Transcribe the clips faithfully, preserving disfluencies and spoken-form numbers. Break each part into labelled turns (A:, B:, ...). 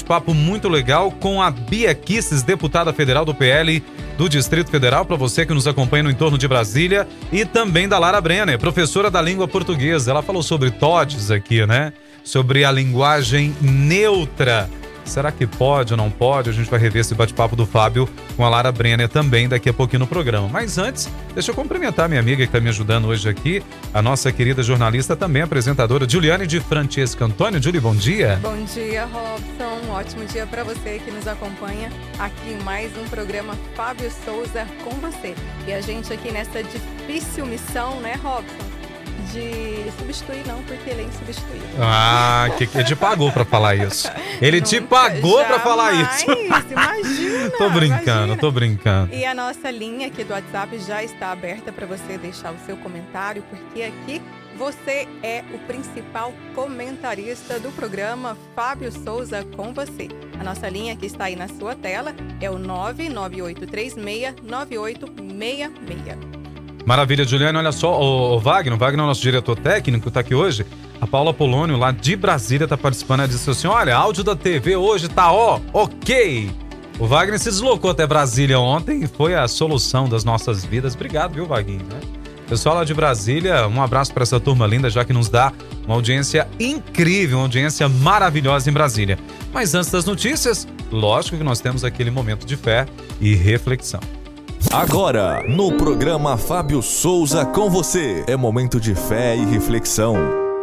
A: bate-papo muito legal com a Bia Kicis, deputada federal do P L do Distrito Federal, para você que nos acompanha no entorno de Brasília, e também da Lara Brenner, professora da língua portuguesa. Ela falou sobre T O D S aqui, né? Sobre a linguagem neutra. Será que pode ou não pode? A gente vai rever esse bate-papo do Fábio com a Lara Brenner também daqui a pouquinho no programa. Mas antes, deixa eu cumprimentar minha amiga que está me ajudando hoje aqui, a nossa querida jornalista, também apresentadora, Juliane de Francesca Antônio. Julie, bom dia.
B: Bom dia, Robson. Um ótimo dia para você que nos acompanha aqui em mais um programa Fábio Souza com você. E a gente aqui nessa difícil missão, né, Robson? De substituir, não, porque ele é insubstituível.
A: Ah, que, que ele te pagou pra falar isso. Ele
B: Nunca,
A: te pagou
B: jamais,
A: pra falar isso.
B: Imagina.
A: Tô brincando,
B: imagina.
A: tô brincando.
B: E a nossa linha aqui do WhatsApp já está aberta para você deixar o seu comentário, porque aqui você é o principal comentarista do programa Fábio Souza com você. A nossa linha que está aí na sua tela é o nove nove oito três seis nove oito seis seis.
A: Maravilha, Juliane. Olha só, o, o Wagner, o Wagner é o nosso diretor técnico, tá aqui hoje. A Paula Polônio, lá de Brasília, tá participando. Ela disse assim, olha, áudio da T V hoje tá, ó, ok. O Wagner se deslocou até Brasília ontem e foi a solução das nossas vidas. Obrigado, viu, Wagner? Né? Pessoal lá de Brasília, um abraço para essa turma linda, já que nos dá uma audiência incrível, uma audiência maravilhosa em Brasília. Mas antes das notícias, lógico que nós temos aquele momento de fé e reflexão.
C: Agora, no programa Fábio Souza com você, é momento de fé e reflexão.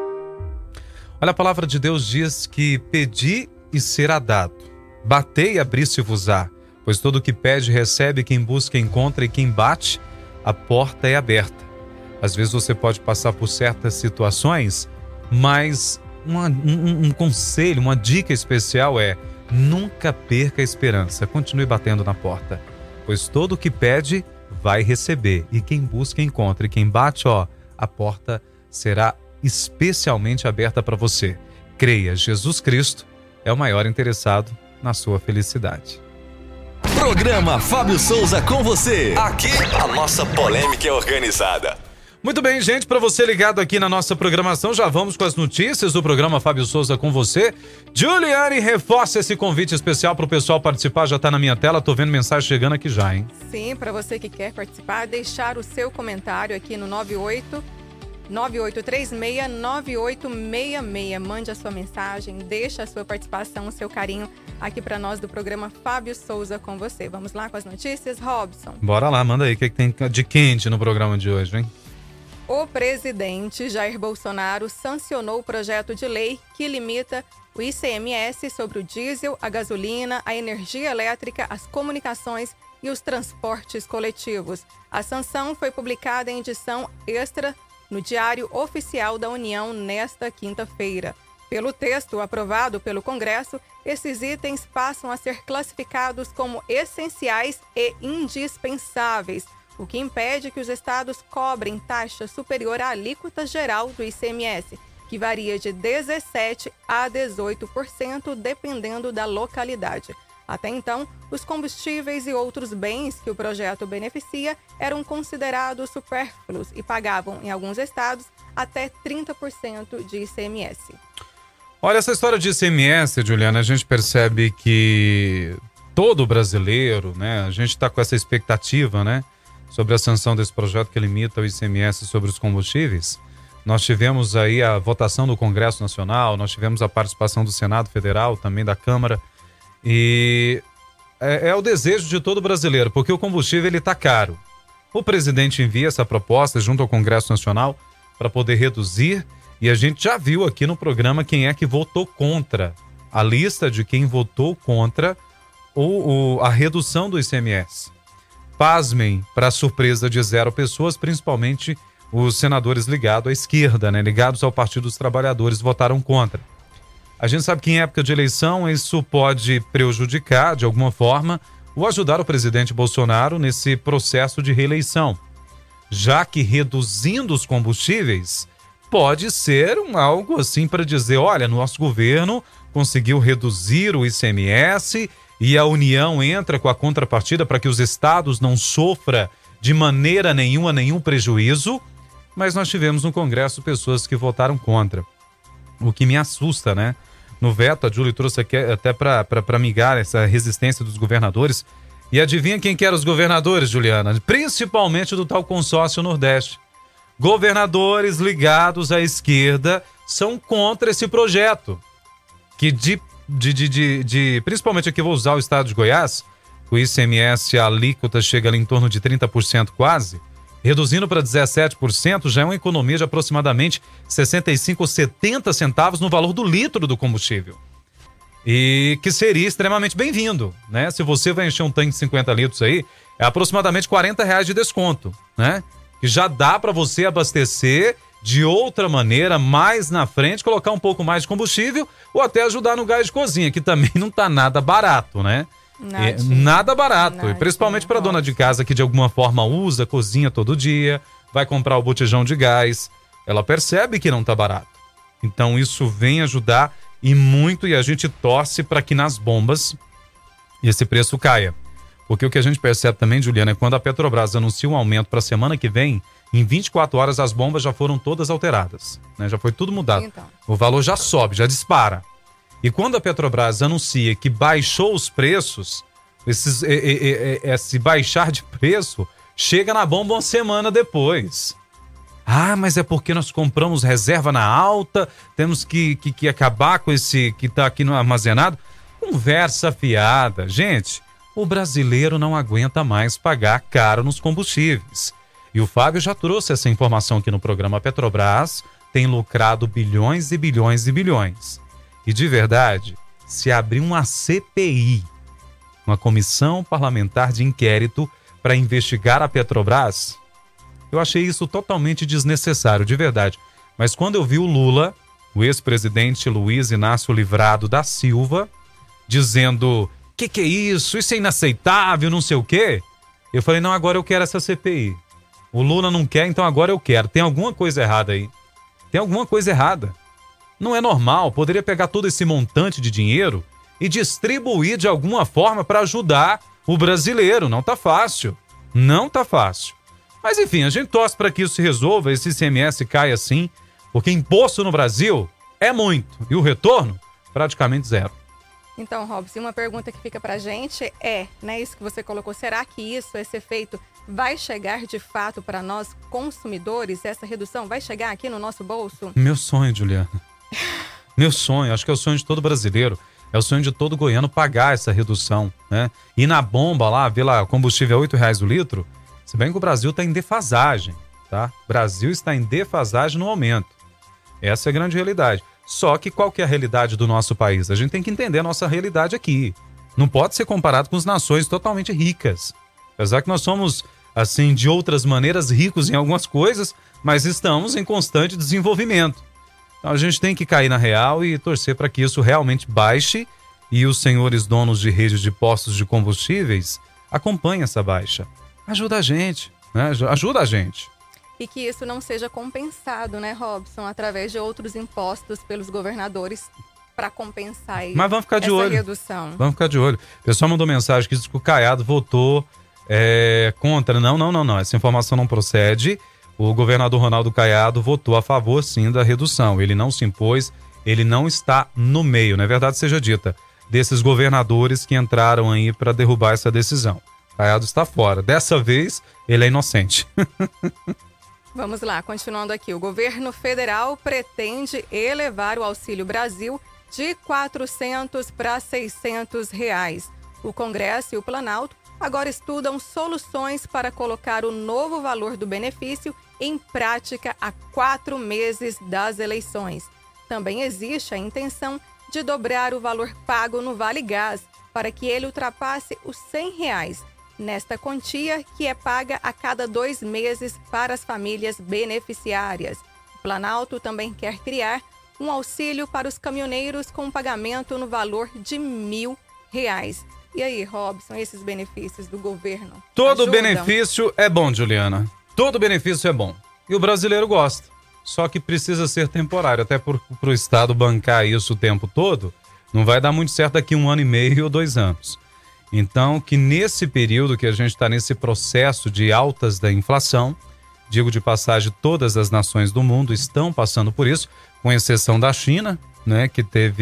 A: Olha, a palavra de Deus diz que pedi e será dado, batei e abrir-se-vos-á, pois todo o que pede recebe, quem busca encontra e quem bate, a porta é aberta. Às vezes você pode passar por certas situações, mas uma, um, um conselho, uma dica especial é nunca perca a esperança, continue batendo na porta. Pois todo o que pede, vai receber. E quem busca, encontra. E quem bate, ó, a porta será especialmente aberta para você. Creia, Jesus Cristo é o maior interessado na sua felicidade.
C: Programa Fábio Souza com você. Aqui, a nossa polêmica é organizada.
A: Muito bem, gente, para você ligado aqui na nossa programação, já vamos com as notícias do programa Fábio Souza com você. Juliane, reforça esse convite especial para o pessoal participar, já está na minha tela, tô vendo mensagem chegando aqui já, hein?
B: Sim, para você que quer participar, deixar o seu comentário aqui no nove oito nove oito três seis nove oito seis seis. Mande a sua mensagem, deixa a sua participação, o seu carinho aqui para nós do programa Fábio Souza com você. Vamos lá com as notícias, Robson?
A: Bora lá, manda aí, o que, que tem de quente no programa de hoje, hein?
B: O presidente Jair Bolsonaro sancionou o projeto de lei que limita o I C M S sobre o diesel, a gasolina, a energia elétrica, as comunicações e os transportes coletivos. A sanção foi publicada em edição extra no Diário Oficial da União nesta quinta-feira. Pelo texto aprovado pelo Congresso, esses itens passam a ser classificados como essenciais e indispensáveis, o que impede que os estados cobrem taxa superior à alíquota geral do I C M S, que varia de dezessete por cento a dezoito por cento, dependendo da localidade. Até então, os combustíveis e outros bens que o projeto beneficia eram considerados supérfluos e pagavam, em alguns estados, até trinta por cento de I C M S.
A: Olha, essa história de I C M S, Juliana, a gente percebe que todo brasileiro, né, a gente está com essa expectativa, né, sobre a sanção desse projeto que limita o I C M S sobre os combustíveis. Nós tivemos aí a votação do Congresso Nacional, nós tivemos a participação do Senado Federal, também da Câmara, e é, é o desejo de todo brasileiro, porque o combustível ele está caro. O presidente envia essa proposta junto ao Congresso Nacional para poder reduzir, e a gente já viu aqui no programa quem é que votou contra, a lista de quem votou contra o, o, a redução do I C M S. Pasmem, para surpresa de zero pessoas, principalmente os senadores ligados à esquerda, né, ligados ao Partido dos Trabalhadores, votaram contra. A gente sabe que em época de eleição isso pode prejudicar, de alguma forma, ou ajudar o presidente Bolsonaro nesse processo de reeleição, já que reduzindo os combustíveis pode ser um algo assim para dizer, olha, nosso governo conseguiu reduzir o I C M S e a União entra com a contrapartida para que os estados não sofram de maneira nenhuma nenhum prejuízo, mas nós tivemos no Congresso pessoas que votaram contra, o que me assusta, né? no veto. A Júlia trouxe aqui até para migar essa resistência dos governadores. E adivinha quem que eram os governadores, Juliana? Principalmente do tal consórcio Nordeste. Governadores ligados à esquerda são contra esse projeto. Que de, de, de, de, de principalmente aqui vou usar o estado de Goiás, o I C M S, a alíquota chega ali em torno de trinta por cento quase, reduzindo para dezessete por cento, já é uma economia de aproximadamente sessenta e cinco ou setenta centavos no valor do litro do combustível. E que seria extremamente bem-vindo, né? Se você vai encher um tanque de cinquenta litros aí, é aproximadamente quarenta reais de desconto, né? Que já dá para você abastecer de outra maneira, mais na frente, colocar um pouco mais de combustível ou até ajudar no gás de cozinha, que também não tá nada barato, né? É, nada barato, Nadinha, e principalmente para dona de casa que de alguma forma usa, cozinha todo dia, vai comprar o botijão de gás, ela percebe que não tá barato. Então isso vem ajudar e muito, e a gente torce para que nas bombas esse preço caia. Porque o que a gente percebe também, Juliana, é quando a Petrobras anuncia um aumento para a semana que vem, em vinte e quatro horas as bombas já foram todas alteradas, né? Já foi tudo mudado. Então. O valor já sobe, já dispara. E quando a Petrobras anuncia que baixou os preços, esses, e, e, e, esse baixar de preço chega na bomba uma semana depois. Ah, mas é porque nós compramos reserva na alta, temos que, que, que acabar com esse que está aqui no armazenado. Conversa fiada. Gente, o brasileiro não aguenta mais pagar caro nos combustíveis. E o Fábio já trouxe essa informação aqui no programa. A Petrobras tem lucrado bilhões e bilhões e bilhões. E de verdade, se abrir uma C P I, uma comissão parlamentar de inquérito para investigar a Petrobras, eu achei isso totalmente desnecessário, de verdade. Mas quando eu vi o Lula, o ex-presidente Luiz Inácio Livrado da Silva, dizendo, que que é isso? Isso é inaceitável, não sei o quê. Eu falei, não, agora eu quero essa C P I. O Lula não quer, então agora eu quero. Tem alguma coisa errada aí. Tem alguma coisa errada. Não é normal, poderia pegar todo esse montante de dinheiro e distribuir de alguma forma para ajudar o brasileiro. Não tá fácil. Não tá fácil. Mas enfim, a gente torce para que isso se resolva, esse I C M S caia assim, porque imposto no Brasil é muito e o retorno praticamente zero.
B: Então, Robson, uma pergunta que fica pra gente é, né, isso que você colocou, será que isso, esse efeito, vai chegar de fato para nós consumidores? Essa redução vai chegar aqui no nosso bolso?
A: Meu sonho, Juliana. Meu sonho, acho que é o sonho de todo brasileiro, é o sonho de todo goiano pagar essa redução, né? E na bomba lá, vê lá, combustível é oito reais o litro, se bem que o Brasil está em defasagem, tá? O Brasil está em defasagem no aumento. Essa é a grande realidade. Só que qual que é a realidade do nosso país? A gente tem que entender a nossa realidade aqui. Não pode ser comparado com as nações totalmente ricas. Apesar que nós somos, assim, de outras maneiras ricos em algumas coisas, mas estamos em constante desenvolvimento. Então a gente tem que cair na real e torcer para que isso realmente baixe e os senhores donos de redes de postos de combustíveis acompanhem essa baixa. Ajuda a gente, né? Ajuda a gente.
B: E que isso não seja compensado, né, Robson, através de outros impostos pelos governadores para compensar aí.
A: Mas vamos ficar de
B: essa
A: olho.
B: redução.
A: Vamos ficar de olho. O pessoal mandou mensagem que diz que o Caiado votou é, contra. Não, não, não, não. Essa informação não procede. O governador Ronaldo Caiado votou a favor, sim, da redução. Ele não se impôs, ele não está no meio, não é verdade seja dita, desses governadores que entraram aí para derrubar essa decisão. Caiado está fora. Dessa vez, ele é inocente.
B: Vamos lá, continuando aqui. O governo federal pretende elevar o Auxílio Brasil de quatrocentos para seiscentos reais. O Congresso e o Planalto agora estudam soluções para colocar o novo valor do benefício em prática a quatro meses das eleições. Também existe a intenção de dobrar o valor pago no Vale Gás para que ele ultrapasse os cem reais. Nesta quantia, que é paga a cada dois meses para as famílias beneficiárias. O Planalto também quer criar um auxílio para os caminhoneiros com pagamento no valor de mil reais. E aí, Robson, esses benefícios do governo?
A: Todo
B: ajudam?
A: benefício é bom, Juliana. Todo benefício é bom. E o brasileiro gosta. Só que precisa ser temporário. Até para o Estado bancar isso o tempo todo, não vai dar muito certo daqui um ano e meio ou dois anos. Então, que nesse período que a gente está nesse processo de altas da inflação, digo de passagem, todas as nações do mundo estão passando por isso, com exceção da China, né, que teve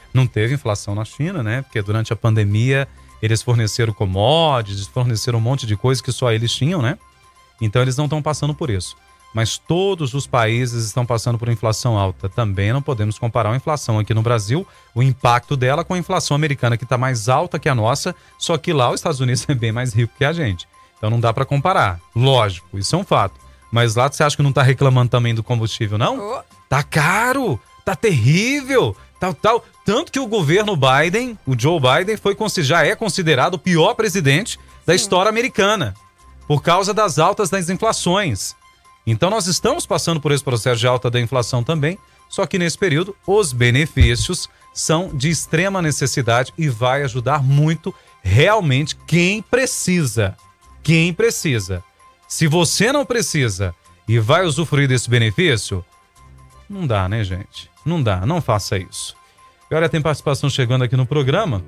A: Não teve inflação na China, né? Porque durante a pandemia eles forneceram commodities, forneceram um monte de coisa que só eles tinham, né? Então eles não estão passando por isso. Mas todos os países estão passando por inflação alta. Também não podemos comparar a inflação aqui no Brasil, o impacto dela com a inflação americana, que está mais alta que a nossa, só que lá os Estados Unidos é bem mais rico que a gente. Então não dá para comparar. Lógico, isso é um fato. Mas lá você acha que não está reclamando também do combustível, não?
B: Oh.
A: Tá caro, tá terrível, tal, tal. Tanto que o governo Biden, o Joe Biden, foi, já é considerado o pior presidente da Sim. história americana, por causa das altas das inflações. Então nós estamos passando por esse processo de alta da inflação também, só que nesse período os benefícios são de extrema necessidade e vai ajudar muito realmente quem precisa. Quem precisa. Se você não precisa e vai usufruir desse benefício, não dá, né, gente? Não dá, não faça isso. E olha, tem participação chegando aqui no programa.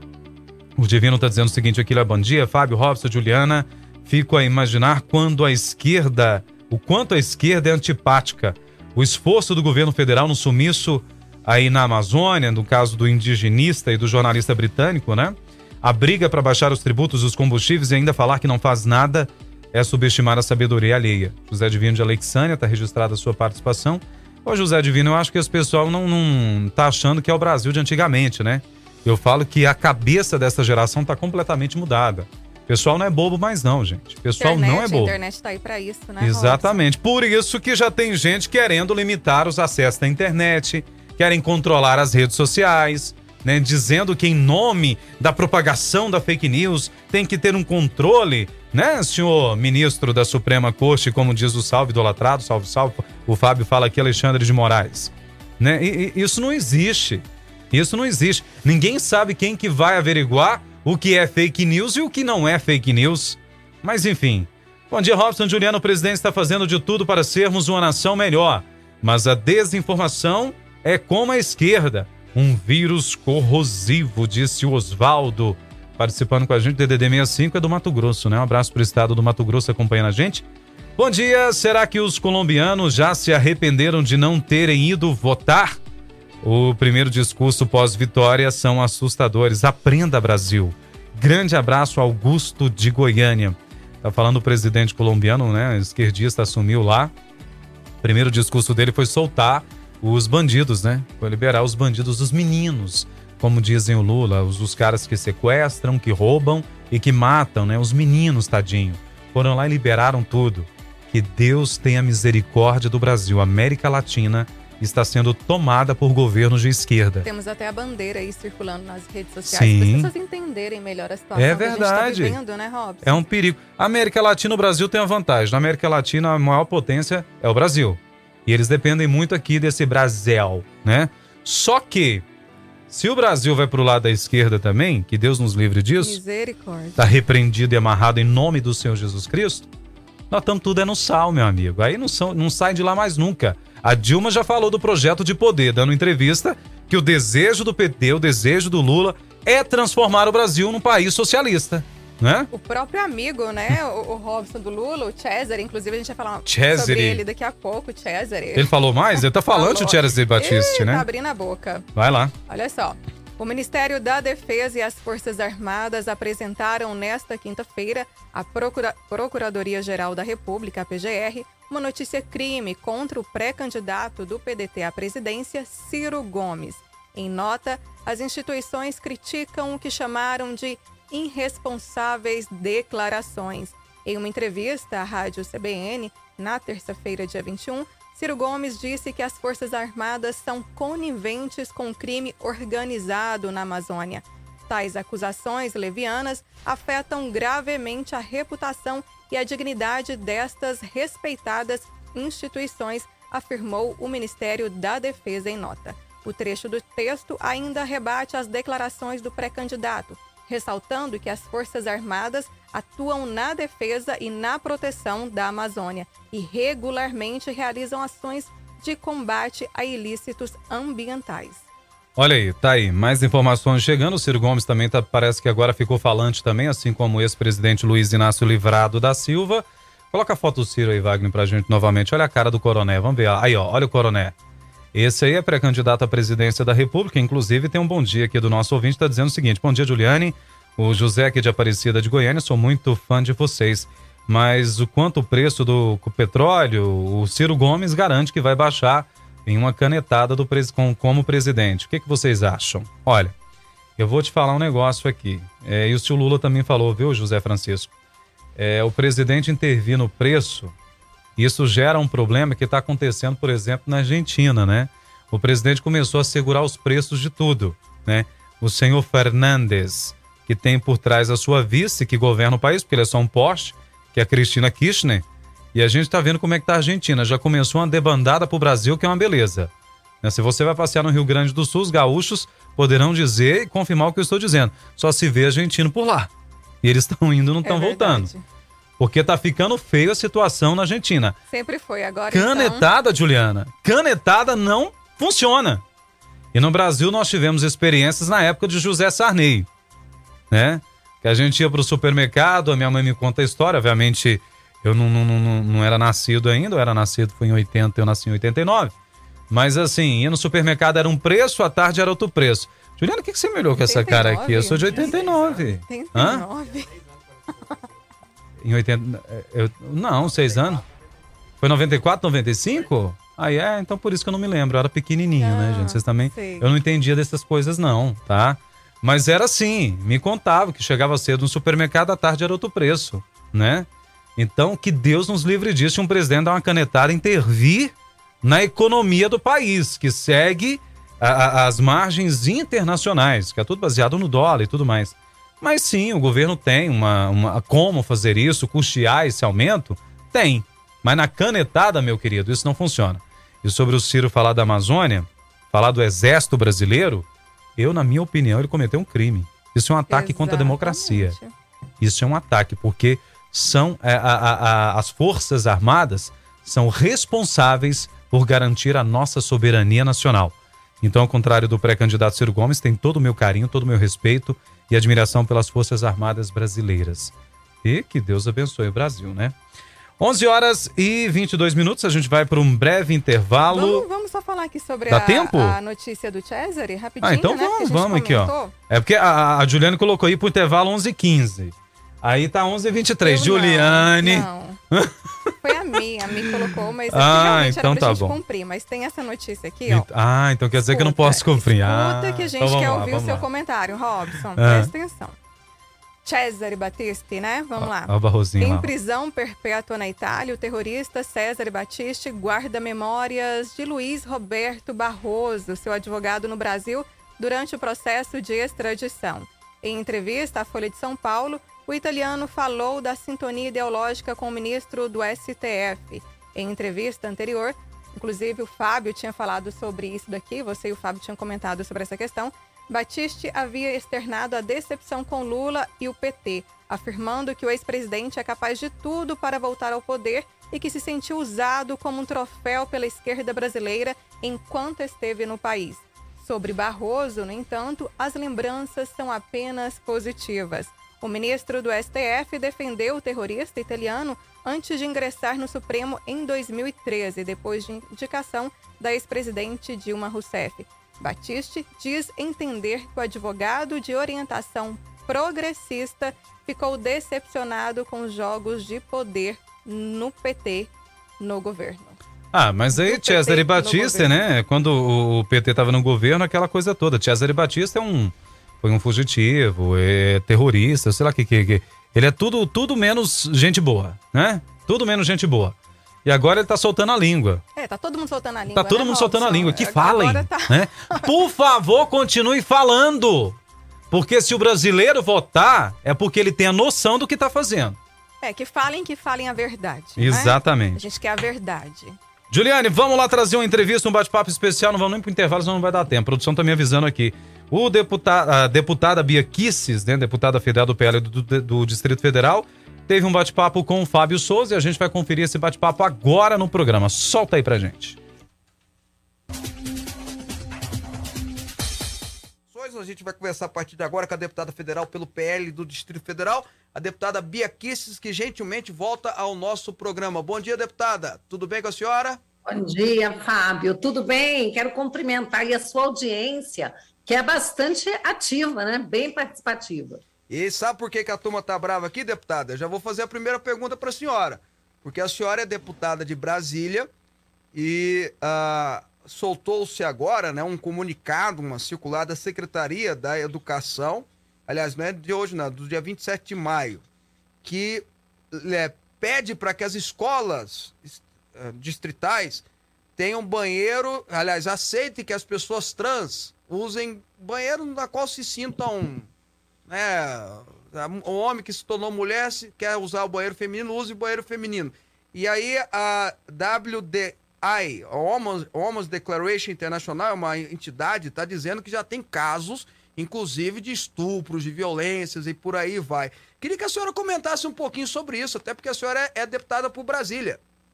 A: O Divino está dizendo o seguinte aqui, lá, bom dia, Fábio, Robson, Juliana. Fico a imaginar quando a esquerda, o quanto a esquerda é antipática. O esforço do governo federal no sumiço aí na Amazônia, no caso do indigenista e do jornalista britânico, né? A briga para baixar os tributos dos combustíveis e ainda falar que não faz nada é subestimar a sabedoria alheia. José Divino de Alexânia, está registrada a sua participação. Ô José Divino, eu acho que esse pessoal não, não tá achando que é o Brasil de antigamente, né? Eu falo que a cabeça dessa geração tá completamente mudada. O pessoal não é bobo mais não, gente. O pessoal
B: internet,
A: não é bobo.
B: A internet tá aí pra isso, né?
A: Exatamente. Robson? Por isso que já tem gente querendo limitar os acessos à internet, querem controlar as redes sociais, né? Dizendo que em nome da propagação da fake news tem que ter um controle, né, senhor ministro da Suprema Corte, como diz o salve idolatrado, salve, salve, o Fábio fala aqui, Alexandre de Moraes, né? E, e, isso não existe, isso não existe. Ninguém sabe quem que vai averiguar o que é fake news e o que não é fake news. Mas enfim, bom dia, Robson, Juliano, o presidente está fazendo de tudo para sermos uma nação melhor, mas a desinformação é como a esquerda, um vírus corrosivo, disse o Osvaldo. Participando com a gente, D D D sessenta e cinco é do Mato Grosso, né? Um abraço para o estado do Mato Grosso acompanhando a gente. Bom dia, será que os colombianos já se arrependeram de não terem ido votar? O primeiro discurso pós-vitória são assustadores. Aprenda, Brasil. Grande abraço, Augusto de Goiânia. Tá falando o presidente colombiano, né? Esquerdista, assumiu lá. O primeiro discurso dele foi soltar os bandidos, né? Foi liberar os bandidos, os meninos. Como dizem o Lula, os, os caras que sequestram, que roubam e que matam, né? Os meninos, tadinho. Foram lá e liberaram tudo. Que Deus tenha misericórdia do Brasil. A América Latina está sendo tomada por governos de esquerda.
B: Temos até a bandeira aí circulando nas redes sociais.
A: Sim.
B: Para as pessoas entenderem melhor a situação
A: é
B: que
A: verdade.
B: a gente está vivendo, né, Robson?
A: É um perigo. A América Latina, o Brasil tem uma vantagem. Na América Latina, a maior potência é o Brasil. E eles dependem muito aqui desse Brasil, né? Só que se o Brasil vai pro lado da esquerda também, que Deus nos livre disso,
B: misericórdia,
A: tá repreendido e amarrado em nome do Senhor Jesus Cristo, nós estamos tudo é no sal, meu amigo. Aí não, são, não sai de lá mais nunca. A Dilma já falou do projeto de poder, dando entrevista, que o desejo do P T, o desejo do Lula, é transformar o Brasil num país socialista, né?
B: O próprio amigo, né, o, o Robson do Lula, o Cesare, inclusive a gente vai falar
A: Cesare.
B: sobre ele daqui a pouco, o Cesare.
A: Ele falou mais? Ele tá falando
B: falou.
A: o Cesare Battisti,
B: Ih,
A: né?
B: Tá abrindo a boca.
A: Vai lá.
B: Olha só. O Ministério da Defesa e as Forças Armadas apresentaram nesta quinta-feira à Procura- Procuradoria-Geral da República, a P G R, uma notícia-crime contra o pré-candidato do P D T à presidência, Ciro Gomes. Em nota, as instituições criticam o que chamaram de irresponsáveis declarações. Em uma entrevista à rádio C B N, na terça-feira, dia vinte e um, Ciro Gomes disse que as Forças Armadas são coniventes com o crime organizado na Amazônia. Tais acusações levianas afetam gravemente a reputação e a dignidade destas respeitadas instituições, afirmou o Ministério da Defesa em nota. O trecho do texto ainda rebate as declarações do pré-candidato, ressaltando que as Forças Armadas atuam na defesa e na proteção da Amazônia e regularmente realizam ações de combate a ilícitos ambientais.
A: Olha aí, tá aí, mais informações chegando. O Ciro Gomes também tá, parece que agora ficou falante também, assim como o ex-presidente Luiz Inácio Livrado da Silva. Coloca a foto do Ciro aí, Wagner, pra gente novamente. Olha a cara do Coroné, vamos ver. Aí, ó, olha o Coroné. Esse aí é pré-candidato à presidência da República, inclusive tem um bom dia aqui do nosso ouvinte, está dizendo o seguinte: bom dia, Juliane, o José aqui de Aparecida de Goiânia, sou muito fã de vocês, mas o quanto o preço do petróleo, o Ciro Gomes garante que vai baixar em uma canetada do pres, com, como presidente. O que, que vocês acham? Olha, eu vou te falar um negócio aqui, é, e o senhor Lula também falou, viu, José Francisco? É, o presidente intervir no preço, isso gera um problema que está acontecendo, por exemplo, na Argentina, né? O presidente começou a segurar os preços de tudo, né? O senhor Fernandes, que tem por trás a sua vice, que governa o país, porque ele é só um poste, que é a Cristina Kirchner, e a gente está vendo como é que está a Argentina. Já começou uma debandada para o Brasil, que é uma beleza. Né? Se você vai passear no Rio Grande do Sul, os gaúchos poderão dizer e confirmar o que eu estou dizendo. Só se vê argentino por lá. E eles estão indo, não estão é voltando. Porque tá ficando feio a situação na Argentina.
B: Sempre foi, agora
A: Canetada,
B: então...
A: Juliana. Canetada não funciona. E no Brasil nós tivemos experiências na época de José Sarney, né? Que a gente ia pro supermercado, a minha mãe me conta a história, obviamente eu não, não, não, não era nascido ainda, eu era nascido, foi em oitenta, eu nasci em oitenta e nove. Mas assim, ia no supermercado era um preço, à tarde era outro preço. Juliana, o que, que você me olhou com essa cara aqui? Eu sou de oitenta e nove.
B: oitenta e nove?
A: Hã? Em oitenta... Eu, não, seis anos. Foi noventa e quatro, noventa e cinco? Aí é, então por isso que eu não me lembro. Eu era pequenininho, ah, né, gente? Vocês também... Sei. Eu não entendia dessas coisas, não, tá? Mas era assim, me contava que chegava cedo no supermercado, à tarde era outro preço, né? Então, que Deus nos livre disso, se um presidente dar uma canetada, intervir na economia do país, que segue a, a, as margens internacionais, que é tudo baseado no dólar e tudo mais. Mas sim, o governo tem uma, uma como fazer isso, custear esse aumento? Tem. Mas na canetada, meu querido, isso não funciona. E sobre o Ciro falar da Amazônia, falar do exército brasileiro, eu, na minha opinião, ele cometeu um crime. Isso é um ataque Exatamente. Contra a democracia. Isso é um ataque, porque são a, a, a, as Forças Armadas são responsáveis por garantir a nossa soberania nacional. Então, ao contrário do pré-candidato Ciro Gomes, tem todo o meu carinho, todo o meu respeito e admiração pelas Forças Armadas brasileiras. E que Deus abençoe o Brasil, né? onze horas e vinte e dois minutos, a gente vai para um breve intervalo.
B: Vamos, vamos só falar aqui sobre a, a notícia do Cesare, rapidinho,
A: ah, então
B: né?
A: vamos, vamos aqui, ó. É porque a, a Juliane colocou aí pro intervalo onze e quinze. Aí tá onze e vinte e três. Eu Juliane...
B: Não, não. Foi a Mi, a Mi colocou, mas
A: ah, então
B: era pra
A: tá
B: gente
A: bom.
B: cumprir. Mas tem essa notícia aqui, ó.
A: Ah, então quer dizer escuta, que eu não posso cumprir.
B: Escuta
A: ah,
B: que a gente
A: então
B: quer
A: lá,
B: ouvir o seu
A: lá.
B: comentário, Robson.
A: Ah.
B: Presta atenção. Cesare Battisti, né? Vamos lá.
A: Ó, ó, Barrosinho,
B: em
A: lá.
B: prisão perpétua na Itália, o terrorista Cesare Battisti guarda memórias de Luiz Roberto Barroso, seu advogado no Brasil, durante o processo de extradição. Em entrevista à Folha de São Paulo, o italiano falou da sintonia ideológica com o ministro do S T F. Em entrevista anterior, inclusive o Fábio tinha falado sobre isso daqui, você e o Fábio tinham comentado sobre essa questão, Battisti havia externado a decepção com Lula e o P T, afirmando que o ex-presidente é capaz de tudo para voltar ao poder e que se sentiu usado como um troféu pela esquerda brasileira enquanto esteve no país. Sobre Barroso, no entanto, as lembranças são apenas positivas. O ministro do S T F defendeu o terrorista italiano antes de ingressar no Supremo em dois mil e treze, depois de indicação da ex-presidente Dilma Rousseff. Battisti diz entender que o advogado de orientação progressista ficou decepcionado com os jogos de poder no P T no governo.
A: Ah, mas aí Cesare Battisti, né? Quando o P T estava no governo, aquela coisa toda. Cesare Battisti é um, foi um fugitivo, é terrorista, sei lá o que, que, que. Ele é tudo, tudo menos gente boa, né? Tudo menos gente boa. E agora ele tá soltando a língua.
B: É, tá todo mundo soltando a língua.
A: Tá todo
B: né,
A: mundo
B: Robson?
A: soltando a língua. Que falem,
B: tá...
A: né? Por favor, continue falando. Porque se o brasileiro votar, é porque ele tem a noção do que tá fazendo.
B: É, que falem, que falem a verdade.
A: Exatamente.
B: Né? A gente quer a verdade.
A: Juliane, vamos lá trazer uma entrevista, um bate-papo especial. Não vamos nem pro intervalo, senão não vai dar tempo. A produção tá me avisando aqui. O deputado, a deputada Bia Kicis, né, deputada federal do P L do, do, do Distrito Federal, teve um bate-papo com o Fábio Souza e a gente vai conferir esse bate-papo agora no programa. Solta aí pra gente.
D: A gente vai conversar a partir de agora com a deputada federal pelo P L do Distrito Federal, a deputada Bia Kicis, que gentilmente volta ao nosso programa. Bom dia, deputada. Tudo bem com a senhora?
E: Bom dia, Fábio. Tudo bem? Quero cumprimentar aí a sua audiência, que é bastante ativa, né? Bem participativa.
D: E sabe por que, que a turma tá brava aqui, deputada? Eu já vou fazer a primeira pergunta para a senhora. Porque a senhora é deputada de Brasília e ah, soltou-se agora, né, um comunicado, uma circular da Secretaria da Educação, aliás, não é de hoje não, do dia vinte e sete de maio, que é, pede para que as escolas distritais tenham banheiro, aliás, aceite que as pessoas trans usem banheiro na qual se sintam, né, o homem que se tornou mulher se quer usar o banheiro feminino, use o banheiro feminino. E aí a W D I, a Women's Declaration International, é uma entidade, está dizendo que já tem casos, inclusive de estupros, de violências e por aí vai. Queria que a senhora comentasse um pouquinho sobre isso, até porque a senhora é, é deputada por Brasília.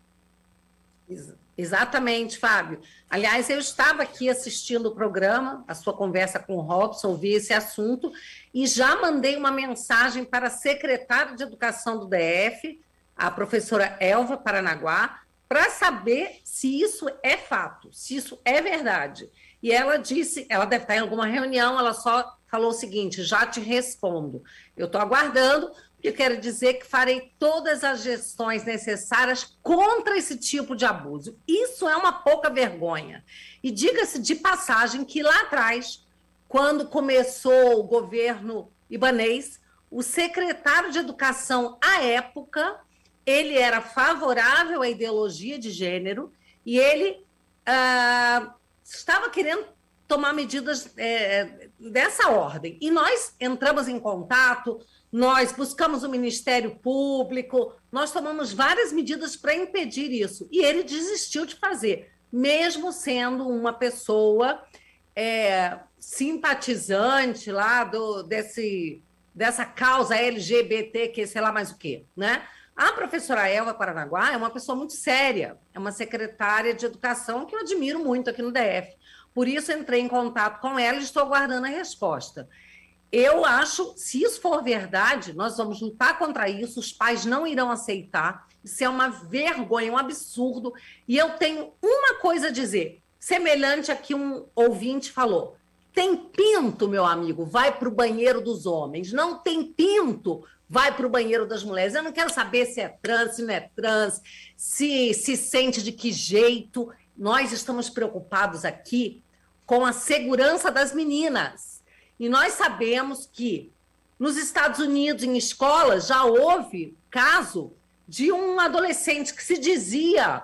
E: Exatamente, Fábio. Aliás, eu estava aqui assistindo o programa, a sua conversa com o Robson, ouvi esse assunto e já mandei uma mensagem para a secretária de Educação do D F, a professora Elva Paranaguá, para saber se isso é fato, se isso é verdade. E ela disse, ela deve estar em alguma reunião, ela só falou o seguinte, já te respondo. Eu estou aguardando, porque eu quero dizer que farei todas as gestões necessárias contra esse tipo de abuso. Isso é uma pouca vergonha. E diga-se de passagem que lá atrás, quando começou o governo ibanês, o secretário de Educação, à época, ele era favorável à ideologia de gênero e ele ah, estava querendo tomar medidas é, dessa ordem. E nós entramos em contato, nós buscamos o Ministério Público, nós tomamos várias medidas para impedir isso. E ele desistiu de fazer, mesmo sendo uma pessoa é, simpatizante lá do, desse, dessa causa L G B T, que sei lá mais o quê, né? A professora Elva Paranaguá é uma pessoa muito séria, é uma secretária de educação que eu admiro muito aqui no D F. Por isso, entrei em contato com ela e estou aguardando a resposta. Eu acho, se isso for verdade, nós vamos lutar contra isso, os pais não irão aceitar, isso é uma vergonha, um absurdo. E eu tenho uma coisa a dizer, semelhante a que um ouvinte falou. Tem pinto, meu amigo, vai para o banheiro dos homens. Não tem pinto, vai para o banheiro das mulheres. Eu não quero saber se é trans, se não é trans, se se sente de que jeito. Nós estamos preocupados aqui com a segurança das meninas. E nós sabemos que nos Estados Unidos, em escolas, já houve caso de um adolescente que se dizia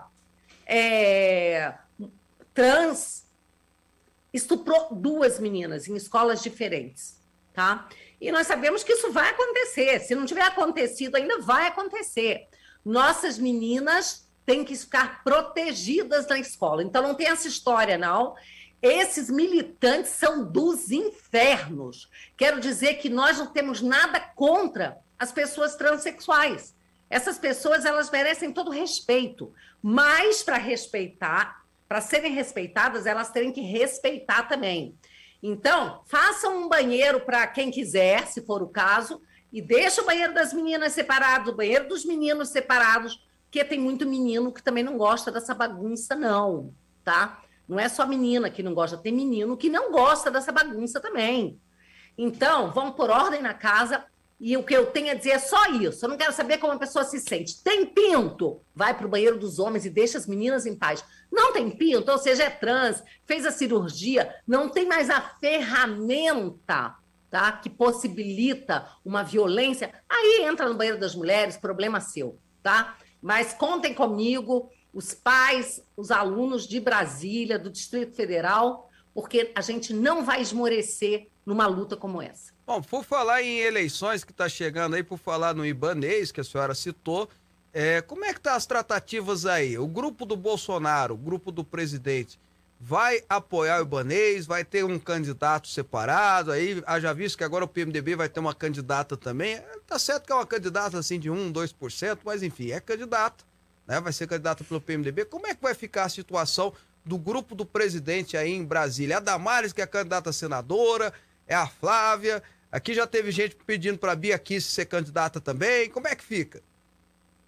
E: é, trans, estuprou duas meninas em escolas diferentes, tá? E nós sabemos que isso vai acontecer. Se não tiver acontecido, ainda vai acontecer. Nossas meninas têm que ficar protegidas na escola. Então, não tem essa história, não. Esses militantes são dos infernos. Quero dizer que nós não temos nada contra as pessoas transexuais. Essas pessoas, elas merecem todo respeito. Mas, para respeitar, para serem respeitadas, elas têm que respeitar também. Então, façam um banheiro para quem quiser, se for o caso, e deixa o banheiro das meninas separado, o banheiro dos meninos separados, porque tem muito menino que também não gosta dessa bagunça, não, tá? Não é só menina que não gosta, tem menino que não gosta dessa bagunça também. Então, vamos por ordem na casa, e o que eu tenho a dizer é só isso. Eu não quero saber como a pessoa se sente. Tem pinto? Vai para o banheiro dos homens e deixa as meninas em paz. Não tem pinto, ou seja, é trans, fez a cirurgia, não tem mais a ferramenta, tá, que possibilita uma violência. Aí entra no banheiro das mulheres, problema seu, tá? Mas contem comigo, os pais, os alunos de Brasília, do Distrito Federal, porque a gente não vai esmorecer numa luta como essa.
D: Bom, por falar em eleições que está chegando aí, por falar no Ibanez, que a senhora citou, é, como é que tá as tratativas aí? O grupo do Bolsonaro, o grupo do presidente, vai apoiar o Ibanez? Vai ter um candidato separado? Aí, haja visto que agora o P M D B vai ter uma candidata também. Tá certo que é uma candidata assim de um, dois por cento, mas enfim, é candidata, né? Vai ser candidata pelo P M D B. Como é que vai ficar a situação do grupo do presidente aí em Brasília? É a Damares, que é a candidata a senadora, é a Flávia. Aqui já teve gente pedindo para a Bia Kicis ser candidata também. Como é que fica?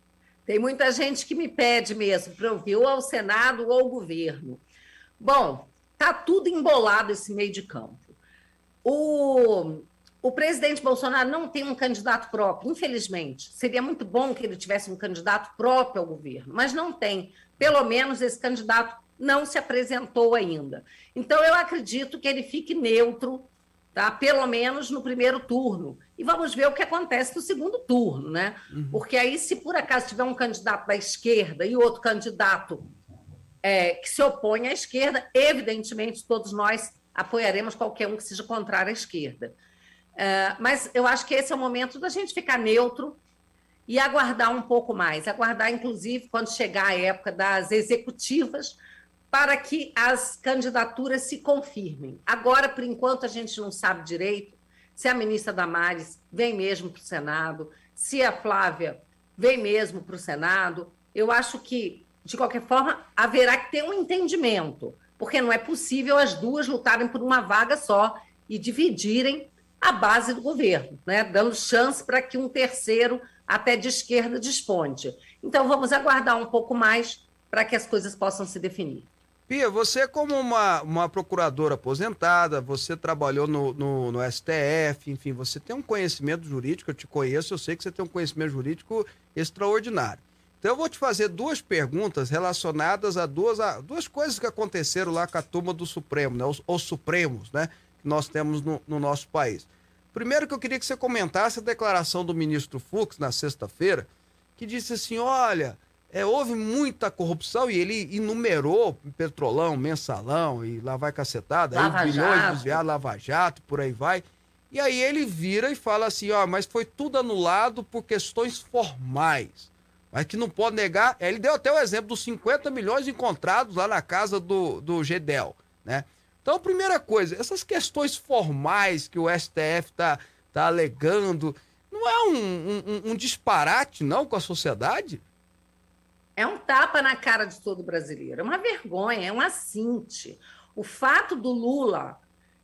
E: Tem muita gente que me pede mesmo para eu vir ou ao Senado ou ao governo. Bom, está tudo embolado esse meio de campo. O, o presidente Bolsonaro não tem um candidato próprio, infelizmente. Seria muito bom que ele tivesse um candidato próprio ao governo, mas não tem. Pelo menos esse candidato não se apresentou ainda. Então, eu acredito que ele fique neutro, tá? Pelo menos no primeiro turno. E vamos ver o que acontece no segundo turno, né? Uhum. Porque aí, se por acaso tiver um candidato da esquerda e outro candidato é, que se opõe à esquerda, evidentemente, todos nós apoiaremos qualquer um que seja contrário à esquerda. É, mas eu acho que esse é o momento da gente ficar neutro e aguardar um pouco mais. Aguardar, inclusive, quando chegar a época das executivas, para que as candidaturas se confirmem. Agora, por enquanto, a gente não sabe direito se a ministra Damares vem mesmo para o Senado, se a Flávia vem mesmo para o Senado. Eu acho que, de qualquer forma, haverá que ter um entendimento, porque não é possível as duas lutarem por uma vaga só e dividirem a base do governo, né? Dando chance para que um terceiro, até de esquerda, desponte. Então, vamos aguardar um pouco mais para que as coisas possam se definir.
D: Pia, você como uma, uma procuradora aposentada, você trabalhou no, no, no S T F, enfim, você tem um conhecimento jurídico, eu te conheço, eu sei que você tem um conhecimento jurídico extraordinário. Então eu vou te fazer duas perguntas relacionadas a duas, a duas coisas que aconteceram lá com a turma do Supremo, né? Os, os Supremos, né? Que nós temos no, no nosso país. Primeiro que eu queria que você comentasse a declaração do ministro Fux na sexta-feira, que disse assim, olha... É, houve muita corrupção e ele enumerou Petrolão, Mensalão e lá vai cacetada, aí bilhões desviados, Lava Jato, por aí vai. E aí ele vira e fala assim, ó, mas foi tudo anulado por questões formais. Mas que não pode negar, ele deu até o exemplo dos cinquenta milhões encontrados lá na casa do, do Gedel, né? Então, primeira coisa, essas questões formais que o S T F tá, tá alegando, não é um, um, um disparate, não, com a sociedade?
E: É um tapa na cara de todo brasileiro, é uma vergonha, é um assinte. O fato do Lula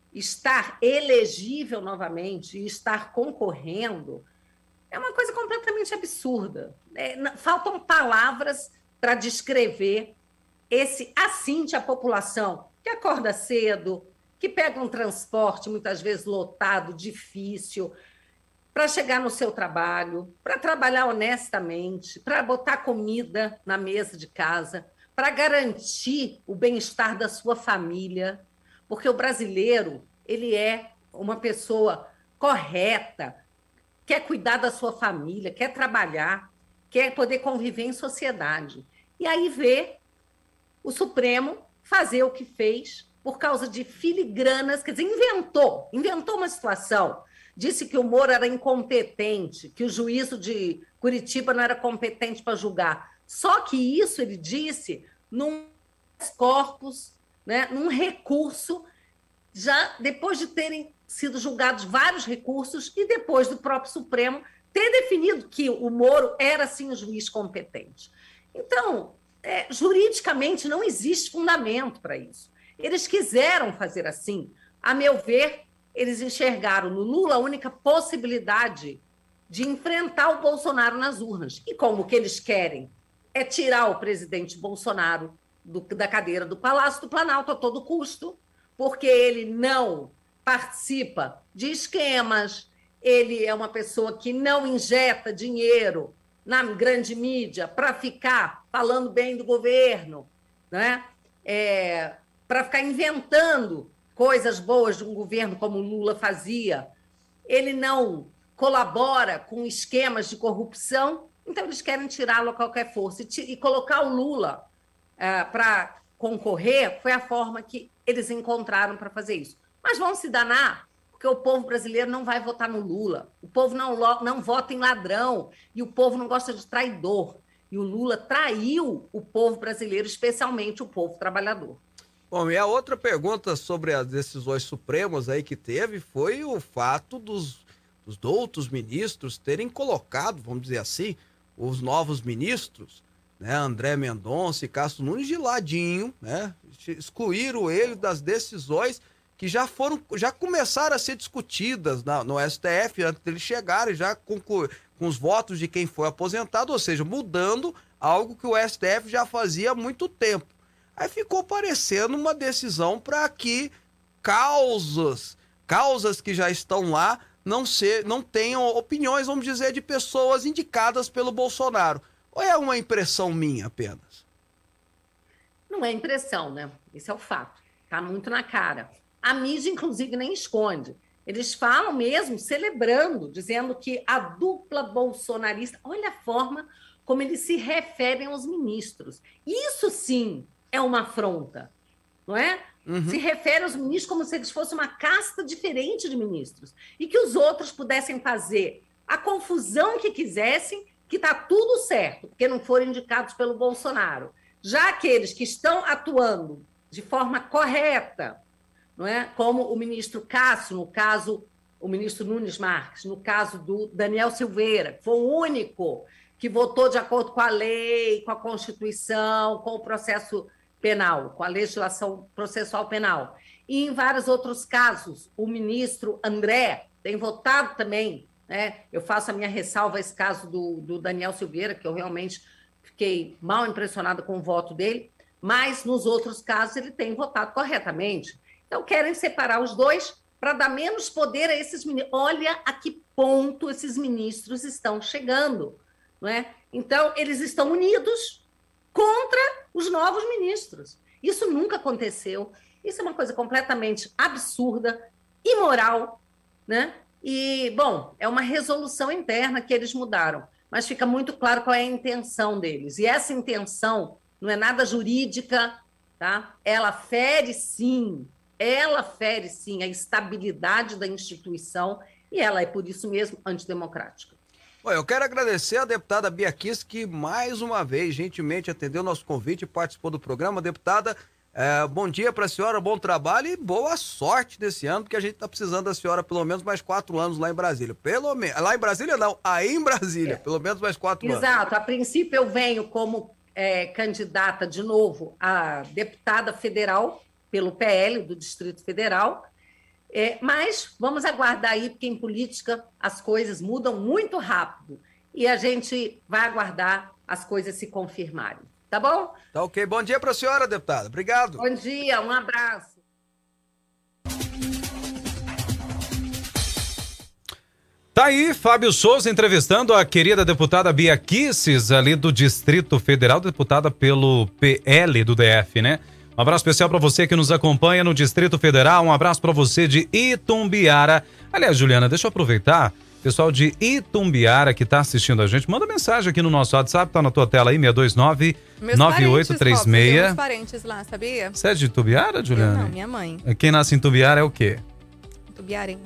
E: estar elegível novamente e estar concorrendo é uma coisa completamente absurda. É, faltam palavras para descrever esse assinte à população que acorda cedo, que pega um transporte muitas vezes lotado, difícil, para chegar no seu trabalho, para trabalhar honestamente, para botar comida na mesa de casa, para garantir o bem-estar da sua família, porque o brasileiro, ele é uma pessoa correta, quer cuidar da sua família, quer trabalhar, quer poder conviver em sociedade. E aí vê o Supremo fazer o que fez por causa de filigranas, quer dizer, inventou, inventou uma situação. Disse que o Moro era incompetente, que o juízo de Curitiba não era competente para julgar. Só que isso ele disse num corpus, né, num recurso, já depois de terem sido julgados vários recursos e depois do próprio Supremo ter definido que o Moro era, sim, um juiz competente. Então, é, juridicamente, não existe fundamento para isso. Eles quiseram fazer assim. A meu ver, eles enxergaram no Lula a única possibilidade de enfrentar o Bolsonaro nas urnas. E como que eles querem? É tirar o presidente Bolsonaro do, da cadeira do Palácio do Planalto a todo custo, porque ele não participa de esquemas, ele é uma pessoa que não injeta dinheiro na grande mídia para ficar falando bem do governo, né? É, para ficar inventando coisas boas de um governo como o Lula fazia. Ele não colabora com esquemas de corrupção, então eles querem tirá-lo a qualquer força. E, e colocar o Lula é, para concorrer foi a forma que eles encontraram para fazer isso. Mas vão se danar, porque o povo brasileiro não vai votar no Lula. O povo não, não vota em ladrão e o povo não gosta de traidor. E o Lula traiu o povo brasileiro, especialmente o povo trabalhador.
D: Bom, e a outra pergunta sobre as decisões supremas aí que teve foi o fato dos, dos outros ministros terem colocado, vamos dizer assim, os novos ministros, né, André Mendonça e Cássio Nunes de ladinho, né, excluíram ele das decisões que já foram, já começaram a ser discutidas na, no S T F antes deles chegarem, já com, com os votos de quem foi aposentado, ou seja, mudando algo que o S T F já fazia há muito tempo. Aí ficou parecendo uma decisão para que causas, causas que já estão lá, não, ser, não tenham opiniões, vamos dizer, de pessoas indicadas pelo Bolsonaro. Ou é uma impressão minha apenas?
E: Não é impressão, né? Esse é o fato. Tá muito na cara. A mídia, inclusive, nem esconde. Eles falam mesmo, celebrando, dizendo que a dupla bolsonarista... Olha a forma como eles se referem aos ministros. Isso, sim, é uma afronta, não é? Uhum. Se refere aos ministros como se eles fossem uma casta diferente de ministros e que os outros pudessem fazer a confusão que quisessem, que está tudo certo, porque não foram indicados pelo Bolsonaro. Já aqueles que estão atuando de forma correta, não é? Como o ministro Cássio, no caso, o ministro Nunes Marques, no caso do Daniel Silveira, que foi o único que votou de acordo com a lei, com a Constituição, com o processo penal, com a legislação processual penal. E em vários outros casos, o ministro André tem votado também, né? Eu faço a minha ressalva a esse caso do, do Daniel Silveira, que eu realmente fiquei mal impressionada com o voto dele, mas nos outros casos ele tem votado corretamente. Então, querem separar os dois para dar menos poder a esses ministros. Olha a que ponto esses ministros estão chegando, não é? Então, eles estão unidos contra os novos ministros. Isso nunca aconteceu. Isso é uma coisa completamente absurda, imoral, né? E, bom, é uma resolução interna que eles mudaram, mas fica muito claro qual é a intenção deles. E essa intenção não é nada jurídica, tá? Ela fere, sim, ela fere, sim, a estabilidade da instituição e ela é, por isso mesmo, antidemocrática.
D: Bom, eu quero agradecer a deputada Bia Kicis, que mais uma vez gentilmente atendeu o nosso convite e participou do programa. Deputada, é, bom dia para a senhora, bom trabalho e boa sorte desse ano, porque a gente está precisando da senhora pelo menos mais quatro anos lá em Brasília. Pelo menos, lá em Brasília não, aí em Brasília, é. pelo menos mais quatro
E: Exato.
D: anos.
E: Exato, a princípio eu venho como é, candidata de novo a deputada federal pelo P L do Distrito Federal. É, mas vamos aguardar aí, porque em política as coisas mudam muito rápido e a gente vai aguardar as coisas se confirmarem, tá bom?
D: Tá ok. Bom dia para a senhora, deputada. Obrigado.
E: Bom dia, um abraço.
A: Tá aí, Fábio Souza entrevistando a querida deputada Bia Kicis, ali do Distrito Federal, deputada pelo P L do D F, né? Um abraço especial para você que nos acompanha no Distrito Federal. Um abraço para você de Itumbiara. Aliás, Juliana, deixa eu aproveitar. Pessoal de Itumbiara que tá assistindo a gente, manda mensagem aqui no nosso WhatsApp, tá na tua tela aí, seis dois nove, nove oito três seis.
B: Meus parentes lá, sabia?
A: Você é de Itumbiara, Juliana?
B: Eu não, minha mãe.
A: Quem nasce em Itumbiara é o quê?
B: Itumbiarense.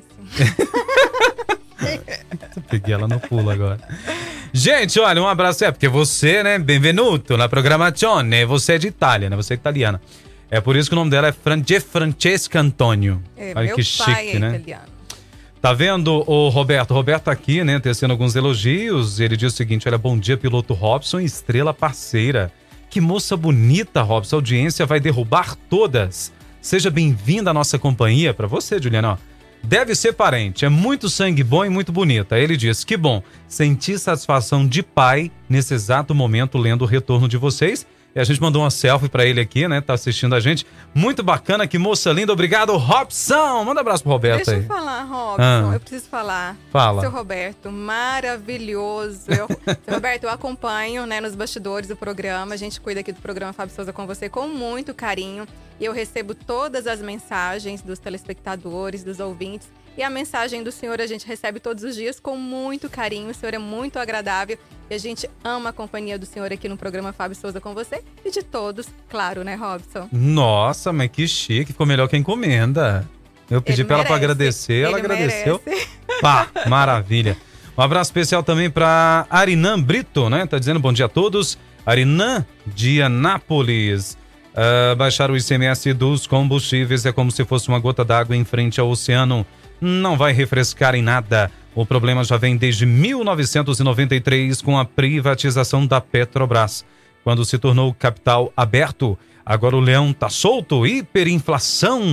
A: Peguei ela no pulo agora. Gente, olha, um abraço. É porque você, né? Benvenuto na programazione. Você é de Itália, né? Você é italiana. É por isso que o nome dela é Fran- Francesca Antônio.
B: É,
A: olha
B: meu
A: que
B: pai
A: chique,
B: é
A: né?
B: italiano.
A: Tá vendo o Roberto? O Roberto aqui, né? Tecendo alguns elogios. Ele diz o seguinte: olha, bom dia, piloto Robson, estrela parceira. Que moça bonita, Robson. A audiência vai derrubar todas. Seja bem-vinda à nossa companhia. Pra você, Juliana, ó. Deve ser parente, é muito sangue bom e muito bonita. Ele diz, que bom, senti satisfação de pai nesse exato momento lendo o retorno de vocês. E a gente mandou uma selfie pra ele aqui, né, tá assistindo a gente. Muito bacana, que moça linda, obrigado, Robson. Manda um abraço pro Roberto.
B: Deixa
A: aí.
B: Deixa eu falar, Robson,
A: ah.
B: eu preciso falar.
A: Fala.
B: Seu Roberto, maravilhoso. Eu, seu Roberto, eu acompanho, né, nos bastidores do programa, a gente cuida aqui do programa Fábio Souza com você com muito carinho. E eu recebo todas as mensagens dos telespectadores, dos ouvintes. E a mensagem do senhor a gente recebe todos os dias com muito carinho. O senhor é muito agradável. E a gente ama a companhia do senhor aqui no programa Fábio Souza com você. E de todos, claro, né, Robson?
A: Nossa, mas que chique. Ficou melhor que a encomenda. Eu pedi
B: Ele
A: pra ela pra
B: merece.
A: agradecer. Ela
B: Ele
A: agradeceu.
B: merece.
A: Pá, maravilha. Um abraço especial também pra Arinan Brito, né? Tá dizendo bom dia a todos. Arinan de Anápolis. Uh, baixar o I C M S dos combustíveis é como se fosse uma gota d'água em frente ao oceano. Não vai refrescar em nada. O problema já vem desde mil novecentos e noventa e três com a privatização da Petrobras, quando se tornou capital aberto. Agora o leão tá solto, hiperinflação.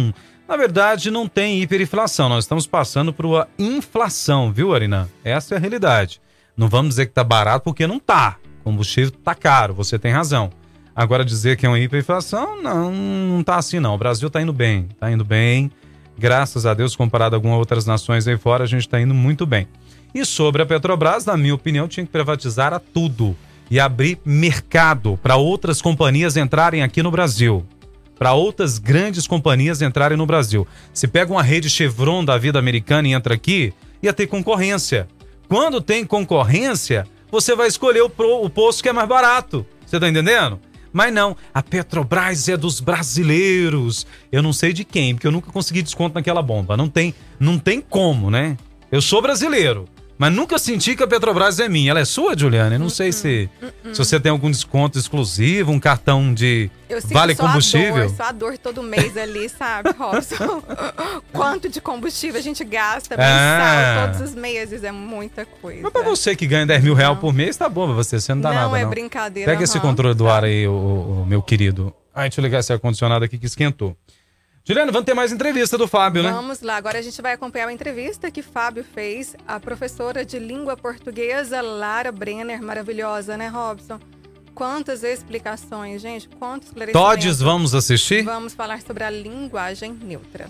A: Na verdade, não tem hiperinflação, nós estamos passando por uma inflação, viu, Arina? Essa é a realidade. Não vamos dizer que tá barato, porque não tá. O combustível tá caro, você tem razão. Agora, dizer que é uma hiperinflação, não, não tá assim não. O Brasil tá indo bem, tá indo bem. Graças a Deus, comparado a algumas outras nações aí fora, a gente tá indo muito bem. E sobre a Petrobras, na minha opinião, tinha que privatizar a tudo e abrir mercado para outras companhias entrarem aqui no Brasil. Para outras grandes companhias entrarem no Brasil. Se pega uma rede Chevron da vida americana e entra aqui, ia ter concorrência. Quando tem concorrência, você vai escolher o, pro, o posto que é mais barato. Você tá entendendo? Mas não, a Petrobras é dos brasileiros. Eu não sei de quem, porque eu nunca consegui desconto naquela bomba. Não tem, não tem como, né? Eu sou brasileiro, mas nunca senti que a Petrobras é minha. Ela é sua, Juliana? Eu não uh-uh, sei se, uh-uh. se você tem algum desconto exclusivo, um cartão de
B: eu
A: vale
B: só
A: combustível.
B: A dor, só a dor todo mês ali, sabe, Robson? Quanto de combustível a gente gasta mensal, ah. todos os meses, é muita coisa.
A: Mas pra você que ganha dez mil reais por mês, tá bom pra você, você não dá
B: não,
A: nada,
B: é
A: não.
B: É brincadeira.
A: Pega
B: uhum.
A: esse controle do ar aí, o, o meu querido. Ai, deixa eu ligar esse ar-condicionado aqui que esquentou. Juliana, vamos ter mais entrevista do Fábio, né?
B: Vamos lá, agora a gente vai acompanhar a entrevista que Fábio fez à professora de língua portuguesa, Lara Brenner, maravilhosa, né, Robson? Quantas explicações, gente, quantos esclarecimentos.
A: Todos vamos assistir?
B: Vamos falar sobre a linguagem neutra.